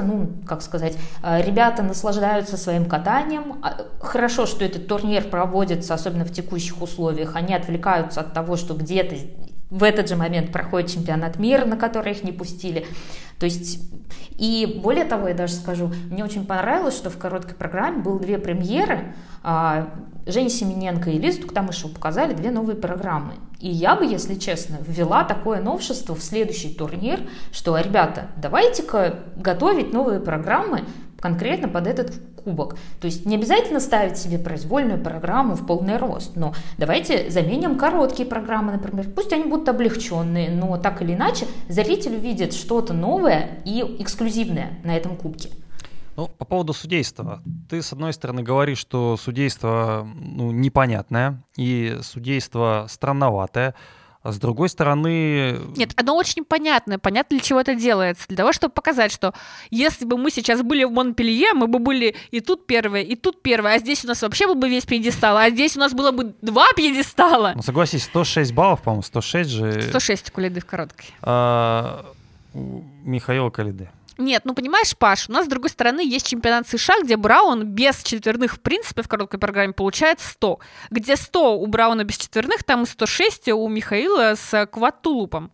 ребята наслаждаются своим катанием. Хорошо, что этот турнир проводится, особенно в текущих условиях. Они отвлекаются от того, что где-то в этот же момент проходит чемпионат мира, на который их не пустили. То есть, и более того, я даже скажу, мне очень понравилось, что в короткой программе было 2 премьеры. Женя Семененко и Лиза Туктамышева показали 2 новые программы. И я бы, если честно, ввела такое новшество в следующий турнир, что, ребята, давайте-ка готовить новые программы конкретно под этот кубок. То есть не обязательно ставить себе произвольную программу в полный рост, но давайте заменим короткие программы, например. Пусть они будут облегченные, но так или иначе зритель увидит что-то новое и эксклюзивное на этом кубке. Ну, по поводу судейства. Ты, с одной стороны, говоришь, что судейство непонятное и судейство странноватое. А с другой стороны... Нет, оно очень понятное. Понятно, для чего это делается. Для того, чтобы показать, что если бы мы сейчас были в Монпелье, мы бы были и тут первые, а здесь у нас вообще был бы весь пьедестал, а здесь у нас было бы 2 пьедестала. Ну, согласись, 106 баллов, по-моему, 106 же... 106 у Калиды в короткой. У Михаила Калиды. Нет, ну понимаешь, Паш, у нас с другой стороны есть чемпионат США, где Браун без четверных в принципе в короткой программе получает 100. Где 100 у Брауна без четверных, там и 106 у Михаила с квад-тулупом.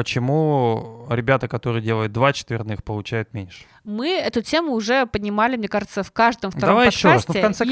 Почему ребята, которые делают 2 четверных, получают меньше? Мы эту тему уже поднимали, мне кажется, в каждом втором Давай подкасте. еще раз. Ну,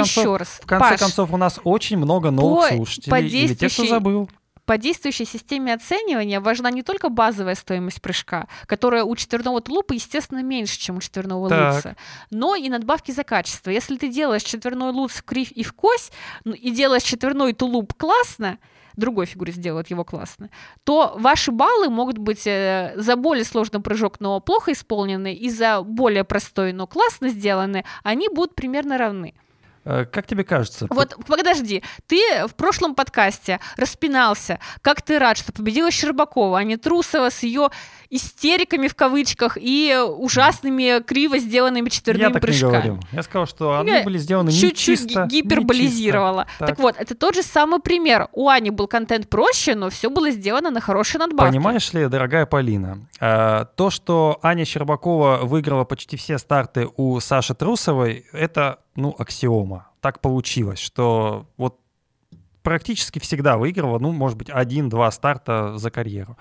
в конце концов, у нас очень много новых слушателей. Или тех, кто забыл. По действующей системе оценивания важна не только базовая стоимость прыжка, которая у четверного тулупа, естественно, меньше, чем у четверного лутса, но и надбавки за качество. Если ты делаешь четверной лутс в кривь и в кось, и делаешь четверной тулуп классно, другой фигурист делает его классно, то ваши баллы могут быть за более сложный прыжок, но плохо исполненный, и за более простой, но классно сделанный, они будут примерно равны. Как тебе кажется? Вот, подожди, ты в прошлом подкасте распинался, как ты рад, что победила Щербакова, а не Трусова с ее истериками в кавычках и ужасными криво сделанными четверными прыжками. Я так не говорил. Я сказал, что они были сделаны не чисто. Чуть-чуть гиперболизировала. Так вот, это тот же самый пример. У Ани был контент проще, но все было сделано на хорошей надбавке. Понимаешь ли, дорогая Полина, то, что Аня Щербакова выиграла почти все старты у Саши Трусовой, это, аксиома. Так получилось, что вот практически всегда выигрывала, может быть, 1-2 старта за карьеру.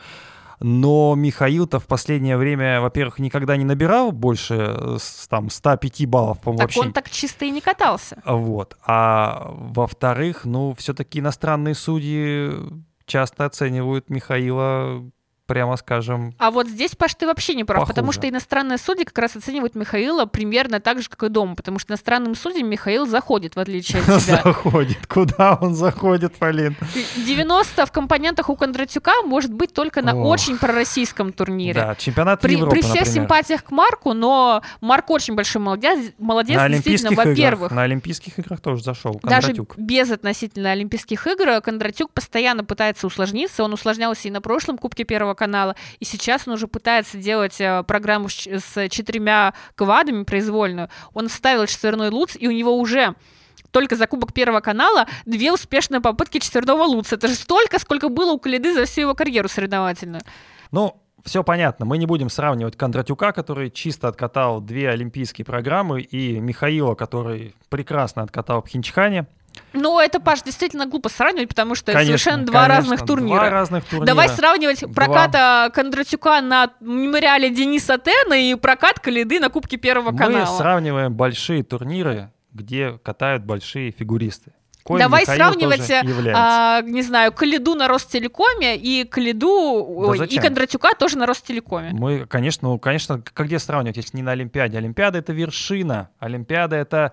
Но Михаил-то в последнее время, во-первых, никогда не набирал больше 105 баллов, по-моему, так вообще. Он так чисто и не катался. Вот. А во-вторых, все-таки иностранные судьи часто оценивают Михаила, прямо скажем, А вот здесь, Паш, ты вообще не прав, похуже. Потому что иностранные судьи как раз оценивают Михаила примерно так же, как и дома, потому что иностранным судьям Михаил заходит, в отличие от тебя. Заходит. Куда он заходит, Полин? 90 в компонентах у Кондратюка может быть только на очень пророссийском турнире. Да, чемпионат Европы, При всех симпатиях к Марку, но Марк очень большой молодец действительно, во-первых. На Олимпийских играх тоже зашел Даже Кондратюк. без относительно Олимпийских игр Кондратюк постоянно пытается усложниться. Он усложнялся и на прошлом Кубке Первого канала, и сейчас он уже пытается делать программу с 4 квадами произвольную. Он вставил четверной лутс, и у него уже только за Кубок Первого канала 2 успешные попытки четверного лутса. Это же столько, сколько было у Коляды за всю его карьеру соревновательную. Все понятно. Мы не будем сравнивать Кондратюка, который чисто откатал 2 олимпийские программы, и Михаила, который прекрасно откатал в Пхенчхане. Это, Паш, действительно глупо сравнивать, потому что это совершенно два разных турнира. Давай сравнивать прокат Кондратюка на мемориале Дениса Тена и прокат Коляды на Кубке Первого канала. Мы сравниваем большие турниры, где катают большие фигуристы. Давай Михаил сравнивать, не знаю, Коляду на Ростелекоме и Коляду и Кондратюка тоже на Ростелекоме. Мы, конечно, где сравнивать, если не на Олимпиаде? Олимпиада — это вершина. Олимпиада — это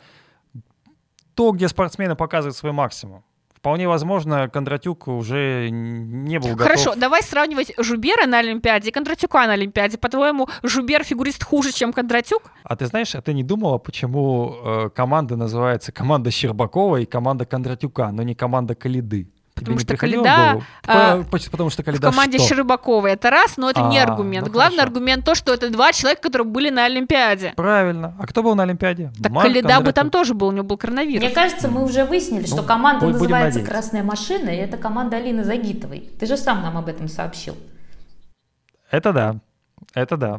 то, где спортсмены показывают свой максимум. Вполне возможно, Кондратюк уже не был готов. Хорошо, давай сравнивать Жубера на Олимпиаде и Кондратюка на Олимпиаде. По-твоему, Жубер фигурист хуже, чем Кондратюк? А ты знаешь, ты не думала, почему команда называется команда Щербакова и команда Кондратюка, но не команда Коляды? Потому что Коляда в команде Щербаковой. Это раз, но это не аргумент. Главный аргумент то, что это 2 человека, которые были на Олимпиаде. Правильно. А кто был на Олимпиаде? Так Коляда бы там тоже был, у него был коронавирус. Мне кажется, мы уже выяснили, что команда называется «Красная машина», и это команда Алины Загитовой. Ты же сам нам об этом сообщил. Это да.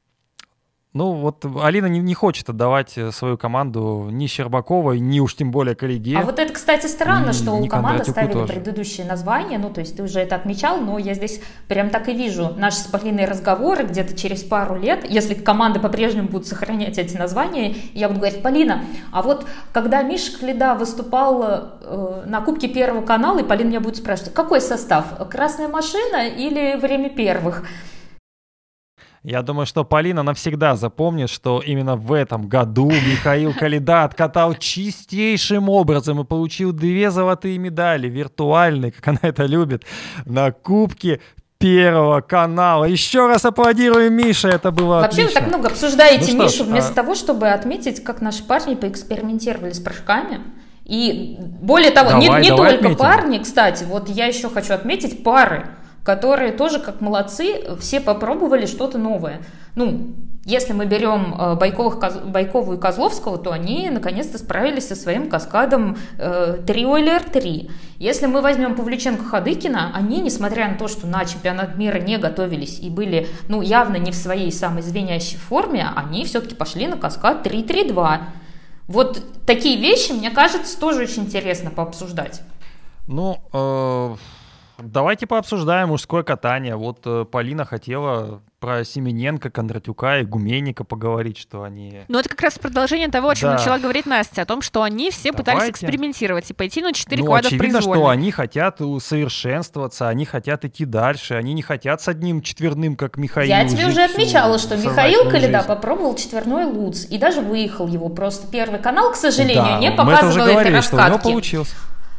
Алина не хочет отдавать свою команду ни Щербаковой, ни уж тем более Коляде. А вот это, кстати, странно, что у команды ставили предыдущее название. То есть ты уже это отмечал, но я здесь прям так и вижу наши с Полиной разговоры где-то через пару лет. Если команды по-прежнему будут сохранять эти названия, я буду говорить: Полина, а вот когда Миша Коляда выступал на Кубке Первого канала, и Полина меня будет спрашивать, какой состав? «Красная машина» или «Время первых»? Я думаю, что Полина навсегда запомнит, что именно в этом году Михаил Коляда откатал чистейшим образом и получил 2 золотые медали, виртуальные, как она это любит, на Кубке Первого канала. Еще раз аплодируем Мише, это было Вообще отлично. Вы так много обсуждаете Мишу, вместо того, чтобы отметить, как наши парни поэкспериментировали с прыжками. И более того, не только отметим. Парни, кстати, вот я еще хочу отметить пары, которые тоже как молодцы, все попробовали что-то новое. Если мы берем Байкову и Козловского, то они наконец-то справились со своим каскадом 3 Ойлер-3. Если мы возьмем Павлюченко-Ходыкина, они, несмотря на то, что на чемпионат мира не готовились и были явно не в своей самой звенящей форме, они все-таки пошли на каскад 3-3-2. Вот такие вещи, мне кажется, тоже очень интересно пообсуждать. Давайте пообсуждаем мужское катание. Вот Полина хотела про Семененко, Кондратюка и Гуменника поговорить, что они... Это как раз продолжение того, о чем начала говорить Настя, о том, что они все пытались экспериментировать и пойти на 4 квада очевидно, произвольно. что они хотят усовершенствоваться, они хотят идти дальше, они не хотят с одним четверным, как Михаил. Я тебе уже отмечала, что Михаил Коляда попробовал четверной луц и даже выехал его. Просто Первый канал, к сожалению, не показывал этой раскатки. Что у него получилось.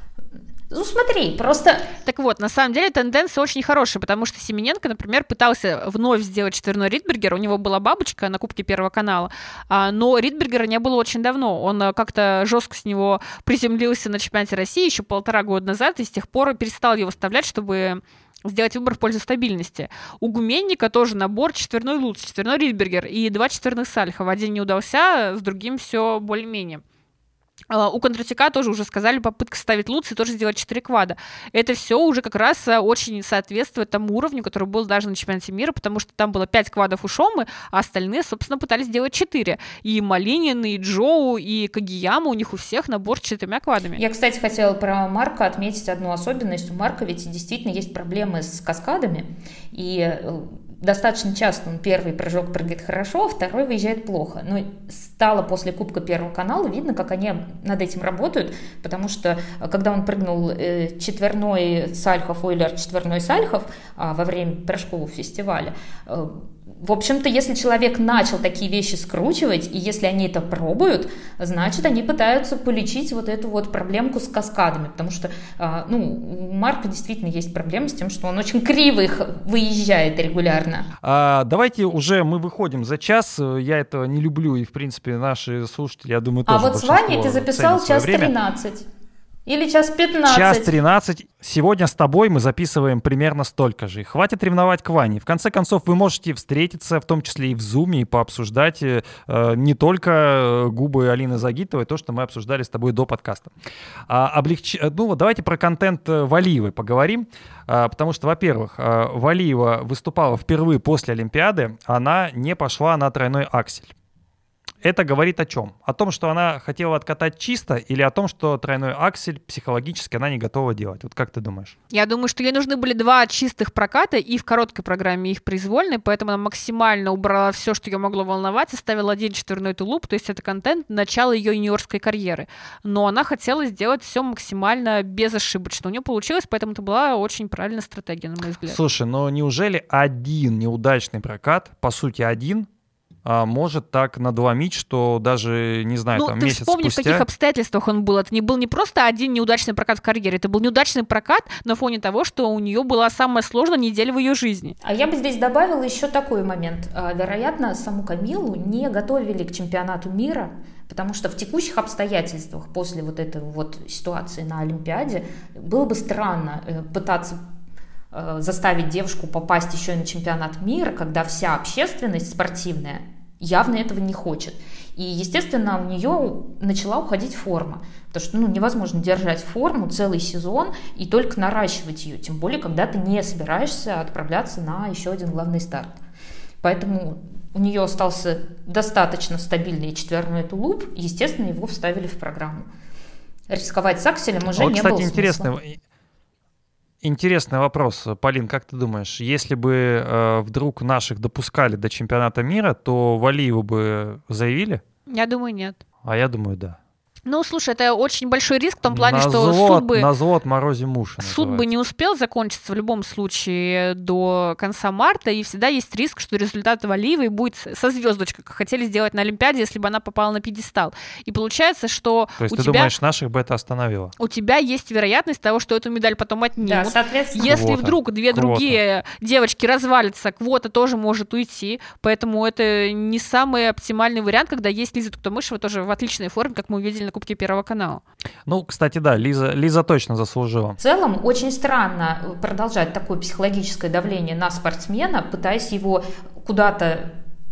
Смотри, просто... Так вот, на самом деле тенденция очень хорошая, потому что Семененко, например, пытался вновь сделать четверной Ридбергер, у него была бабочка на Кубке Первого канала, но Ридбергера не было очень давно, он как-то жестко с него приземлился на чемпионате России еще 1,5 года назад, и с тех пор перестал его вставлять, чтобы сделать выбор в пользу стабильности. У Гуменника тоже набор четверной Луц, четверной Ридбергер и 2 четверных Сальхова. Один не удался, с другим все более-менее. У Кондратюка тоже уже сказали, попытка ставить Луц и тоже сделать 4 квада. Это все уже как раз очень соответствует тому уровню, который был даже на чемпионате мира, потому что там было 5 квадов у Шомы, а остальные, собственно, пытались сделать 4. И Малинин, и Джоу, и Кагияма, у них у всех набор с 4 квадами. Я, кстати, хотела про Марка отметить одну особенность. У Марка ведь действительно есть проблемы с каскадами, и достаточно часто он первый прыжок прыгает хорошо, а второй выезжает плохо. Но стало после Кубка Первого канала видно, как они над этим работают, потому что когда он прыгнул четверной Сальхов, Ойлер, четверной Сальхов во время прыжкового фестиваля, в общем-то, если человек начал такие вещи скручивать, и если они это пробуют, значит, они пытаются полечить вот эту вот проблемку с каскадами, потому что, у Марка действительно есть проблема с тем, что он очень криво их выезжает регулярно. Давайте уже мы выходим за час, я этого не люблю, и, в принципе, наши слушатели, я думаю, тоже. А вот с Ваней ты записал час 13. Или час 15. Час 13. Сегодня с тобой мы записываем примерно столько же. Хватит ревновать к Ване. В конце концов, вы можете встретиться, в том числе и в Зуме, и пообсуждать не только губы Алины Загитовой, то, что мы обсуждали с тобой до подкаста. Давайте про контент Валиевой поговорим. Потому что, во-первых, Валиева выступала впервые после Олимпиады. Она не пошла на тройной аксель. Это говорит о чем? О том, что она хотела откатать чисто, или о том, что тройной аксель психологически она не готова делать? Вот как ты думаешь? Я думаю, что ей нужны были 2 чистых проката и в короткой программе, и в произвольной, поэтому она максимально убрала все, что ее могло волновать, оставила 1 четверной тулуп, то есть это контент начала ее юниорской карьеры. Но она хотела сделать все максимально безошибочно. У нее получилось, поэтому это была очень правильная стратегия, на мой взгляд. Слушай, но неужели 1 неудачный прокат, по сути 1, может так надломить, что даже, не знаю, там месяц спустя... Ты вспомни, в каких обстоятельствах он был. Это был не просто 1 неудачный прокат в карьере, это был неудачный прокат на фоне того, что у нее была самая сложная неделя в ее жизни. А я бы здесь добавила еще такой момент. Вероятно, саму Камилу не готовили к чемпионату мира, потому что в текущих обстоятельствах после вот этой вот ситуации на Олимпиаде было бы странно пытаться заставить девушку попасть еще и на чемпионат мира, когда вся общественность спортивная явно этого не хочет. И, естественно, у нее начала уходить форма, потому что невозможно держать форму целый сезон и только наращивать ее, тем более, когда ты не собираешься отправляться на еще один главный старт. Поэтому у нее остался достаточно стабильный четверной тулуп, естественно, его вставили в программу. Рисковать с акселем уже не было смысла. Интересный вопрос, Полин, как ты думаешь, если бы вдруг наших допускали до чемпионата мира, то Валиеву бы заявили? Я думаю, нет. А я думаю, да. Слушай, это очень большой риск в том плане, что суд бы... На зло морозе муши. Суд бы не успел закончиться в любом случае до конца марта, и всегда есть риск, что результат Валиевой будет со звездочкой, как хотели сделать на Олимпиаде, если бы она попала на пьедестал. И получается, что то есть ты думаешь, наших бы это остановило? У тебя есть вероятность того, что эту медаль потом отнимут. Да, соответственно. Если вдруг 2 другие девочки развалятся, квота тоже может уйти, поэтому это не самый оптимальный вариант, когда есть Лиза Туктамышева тоже в отличной форме, как мы увидели на Кубке Первого канала. Кстати, да, Лиза точно заслужила. В целом, очень странно продолжать такое психологическое давление на спортсмена, пытаясь его куда-то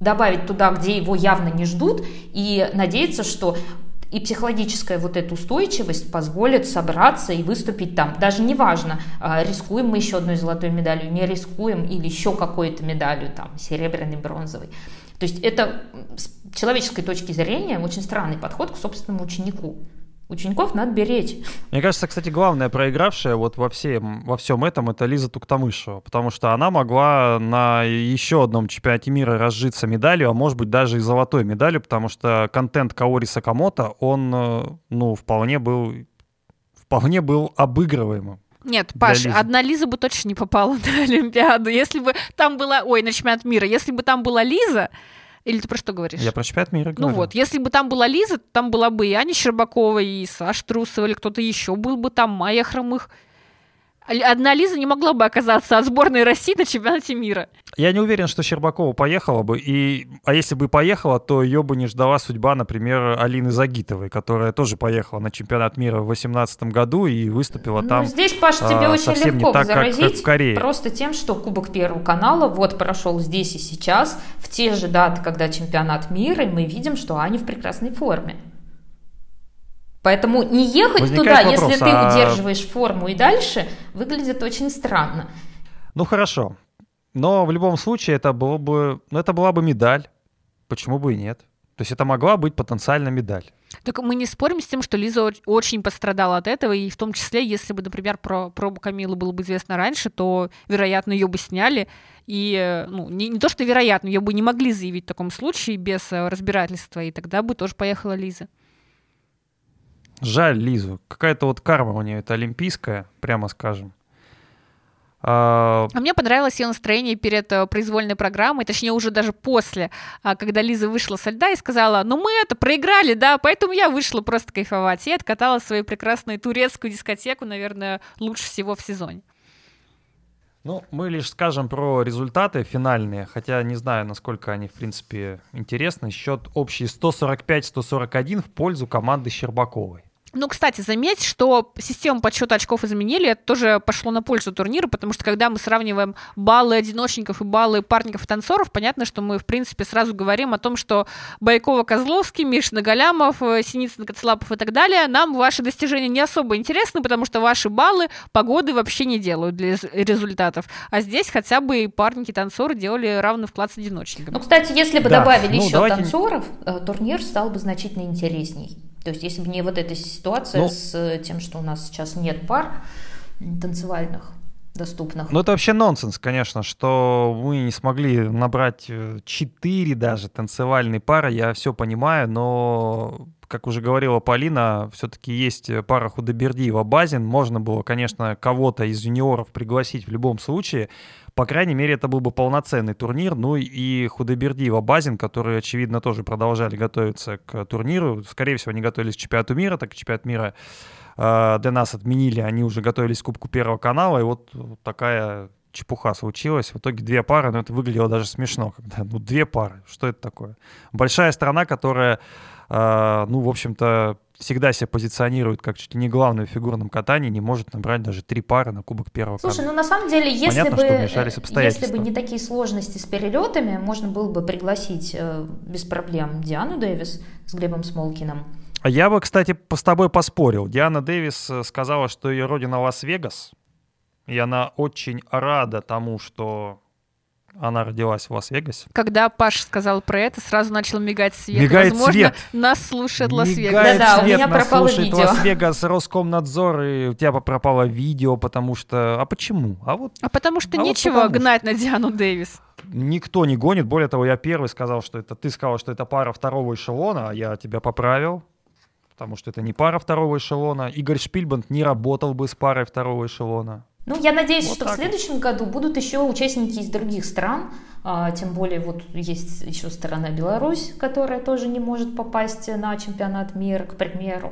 добавить туда, где его явно не ждут, и надеяться, что и психологическая вот эта устойчивость позволит собраться и выступить там. Даже неважно, рискуем мы еще одной золотой медалью, не рискуем, или еще какой-то медалью, там, серебряной, бронзовой. То есть это с человеческой точки зрения очень странный подход к собственному ученику. Учеников надо беречь. Мне кажется, кстати, главная проигравшая вот во всем этом — это Лиза Туктамышева, потому что она могла на еще одном чемпионате мира разжиться медалью, а может быть даже и золотой медалью, потому что контент Каори Сакамото, он, вполне был обыгрываемым. Нет, Паш, одна Лиза бы точно не попала на Олимпиаду. Если бы там была... на чемпионат мира. Если бы там была Лиза... Или ты про что говоришь? Я про чемпионат мира говорю. Ну вот, если бы там была Лиза, там была бы и Аня Щербакова, и Саша Трусова, или кто-то еще был бы там, Майя Хромых. Одна Лиза не могла бы оказаться от сборной России на чемпионате мира. Я не уверен, что Щербакова поехала бы. А если бы поехала, то ее бы не ждала судьба, например, Алины Загитовой, которая тоже поехала на чемпионат мира в 2018 году и выступила там. Здесь, Паш, тебе очень легко так, возразить, как в Корее. Просто тем, что Кубок Первого канала вот прошел здесь и сейчас, в те же даты, когда чемпионат мира, и мы видим, что Аня в прекрасной форме. Поэтому не ехать возникает туда, вопрос, если ты удерживаешь форму и дальше, выглядит очень странно. Ну хорошо, но в любом случае это была бы медаль, почему бы и нет? То есть это могла быть потенциально медаль. Так мы не спорим с тем, что Лиза очень пострадала от этого, и в том числе, если бы, например, про пробу Камилы было бы известно раньше, то, вероятно, ее бы сняли, и не то, что вероятно, ее бы не могли заявить в таком случае без разбирательства, и тогда бы тоже поехала Лиза. Жаль Лизу. Какая-то вот карма у нее, это олимпийская, прямо скажем. А мне понравилось ее настроение перед произвольной программой, точнее уже даже после, когда Лиза вышла со льда и сказала: мы проиграли, да, поэтому я вышла просто кайфовать. И откатала свою прекрасную турецкую дискотеку, наверное, лучше всего в сезоне. Мы лишь скажем про результаты финальные, хотя не знаю, насколько они, в принципе, интересны. Счет общий 145-141 в пользу команды Щербаковой. Кстати, заметь, что систему подсчета очков изменили, это тоже пошло на пользу турнира, потому что когда мы сравниваем баллы одиночников и баллы парников и танцоров, понятно, что мы, в принципе, сразу говорим о том, что Байкова-Козловский, Мишин Галямов, Синицын, Коцелапов и так далее, нам ваши достижения не особо интересны, потому что ваши баллы погоды вообще не делают для результатов. А здесь хотя бы и парники и танцоры делали равный вклад с одиночниками. Кстати, если бы добавили еще танцоров, турнир стал бы значительно интересней. То есть, если бы не вот эта ситуация с тем, что у нас сейчас нет пар танцевальных доступных. Это вообще нонсенс, конечно, что мы не смогли набрать 4 даже танцевальные пары, я все понимаю, но, как уже говорила Полина, все-таки есть пара Худайбердиева-Базин, можно было, конечно, кого-то из юниоров пригласить в любом случае. По крайней мере, это был бы полноценный турнир. И Худайбердиева-Базин, которые, очевидно, тоже продолжали готовиться к турниру. Скорее всего, они готовились к чемпионату мира, так как чемпионат мира для нас отменили. Они уже готовились к Кубку Первого канала. И вот такая чепуха случилась. В итоге 2 пары, это выглядело даже смешно. Когда, 2 пары, что это такое? Большая страна, которая, в общем-то, всегда себя позиционирует как чуть ли не главную в фигурном катании, не может набрать даже 3 пары на Кубок Первого канала. Слушай, на самом деле, если бы не такие сложности с перелетами, можно было бы пригласить без проблем Диану Дэвис с Глебом Смолкиным. А я бы, кстати, с тобой поспорил. Диана Дэвис сказала, что ее родина Лас-Вегас, и она очень рада тому, что она родилась в Лас-Вегасе. Когда Паша сказал про это, сразу начал мигать свет. Мигает возможно, свет. Нас слушает Лас-Вегас. Да, у меня пропало видео. Лас-Вегас, Роскомнадзор, и у тебя пропало видео, потому что... А почему? Потому что нечего гнать на Диану Дэвис. Никто не гонит. Более того, я первый сказал, что это... Ты сказал, что это пара второго эшелона, а я тебя поправил, потому что это не пара второго эшелона. Игорь Шпильбанд не работал бы с парой второго эшелона. Я надеюсь, что в следующем году будут еще участники из других стран, тем более есть еще страна Беларусь, которая тоже не может попасть на чемпионат мира, к примеру.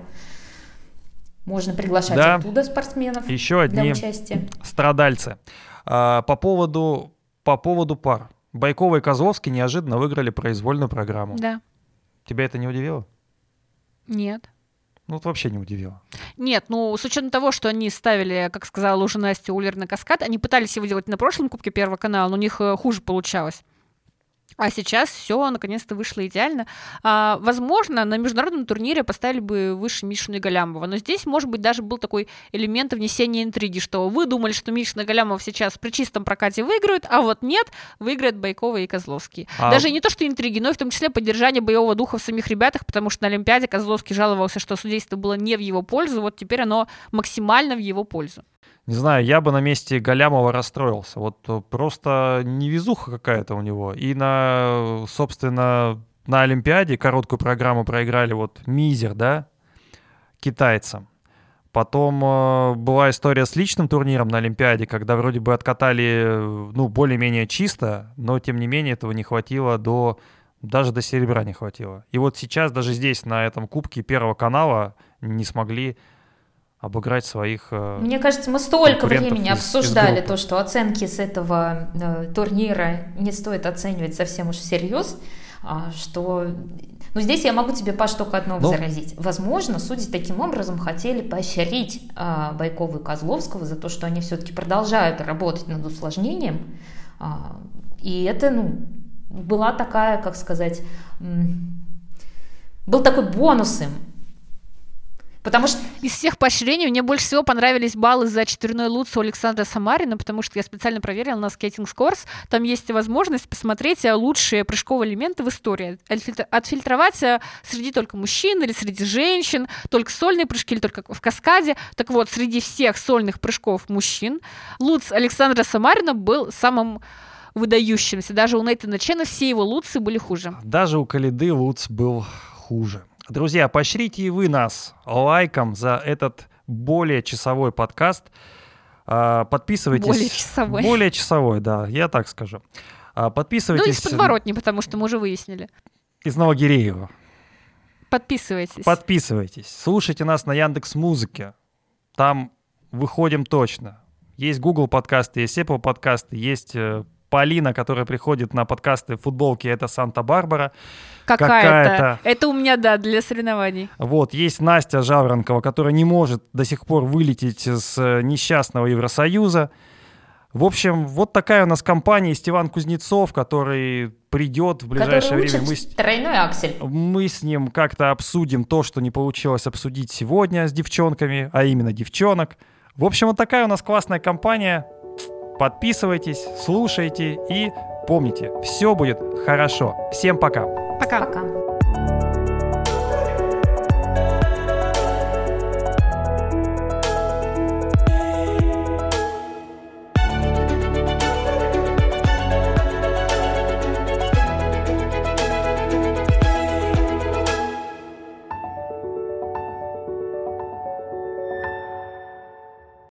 Можно приглашать оттуда спортсменов еще одни для участия. Страдальцы. По поводу пар. Байкова и Козловский неожиданно выиграли произвольную программу. Да. Тебя это не удивило? Нет. Вообще не удивило. Нет, с учетом того, что они ставили, как сказала уже Настя, Уллер на каскад, они пытались его делать на прошлом Кубке Первого канала, но у них хуже получалось. А сейчас все наконец-то вышло идеально. Возможно, на международном турнире поставили бы выше Мишину и Галямова, но здесь, может быть, даже был такой элемент внесения интриги, что вы думали, что Мишин и Галямов сейчас при чистом прокате выиграют, а вот нет, выиграют Байкова и Козловский. Даже не то, что интриги, но и в том числе поддержание боевого духа в самих ребятах, потому что на Олимпиаде Козловский жаловался, что судейство было не в его пользу, вот теперь оно максимально в его пользу. Не знаю, я бы на месте Галямова расстроился. Вот просто невезуха какая-то у него. И собственно, на Олимпиаде короткую программу проиграли вот мизер, да, китайцам. Потом была история с личным турниром на Олимпиаде, когда вроде бы откатали, более-менее чисто, но тем не менее этого не хватило даже до серебра не хватило. И вот сейчас даже здесь, на этом кубке Первого канала, не смогли обыграть своих Мне кажется, мы столько времени обсуждали то, что оценки с этого турнира не стоит оценивать совсем уж всерьез, что... здесь я могу тебе, Паш, только одно возразить. Возможно, судьи таким образом хотели поощрить Байкова и Козловского за то, что они все-таки продолжают работать над усложнением. И это, была такая, как сказать, был такой бонус им. Потому что из всех поощрений мне больше всего понравились баллы за четверной луц у Александра Самарина, потому что я специально проверила на Skating Scores. Там есть возможность посмотреть лучшие прыжковые элементы в истории. Отфильтровать среди только мужчин или среди женщин, только сольные прыжки или только в каскаде. Так вот, среди всех сольных прыжков мужчин луц Александра Самарина был самым выдающимся. Даже у Нейтана Чена все его луцы были хуже. Даже у Калиды луц был хуже. Друзья, поощрите и вы нас лайком за этот более часовой подкаст. Подписывайтесь. Более часовой, да, я так скажу. Подписывайтесь. Из подворотни, потому что мы уже выяснили. Из Новогиреева. Подписывайтесь. Слушайте нас на Яндекс.Музыке. Там выходим точно. Есть Google подкасты, есть Apple подкасты, есть Полина, которая приходит на подкасты футболки, это Санта-Барбара. Какая-то. Это у меня, для соревнований. Вот, есть Настя Жаворонкова, которая не может до сих пор вылететь с несчастного Евросоюза. В общем, вот такая у нас компания. Есть Иван Кузнецов, который придет в ближайшее время. Тройной аксель. Мы с ним как-то обсудим то, что не получилось обсудить сегодня с девчонками, а именно девчонок. В общем, вот такая у нас классная компания. Подписывайтесь, слушайте и помните, все будет хорошо. Всем пока. Пока. Пока.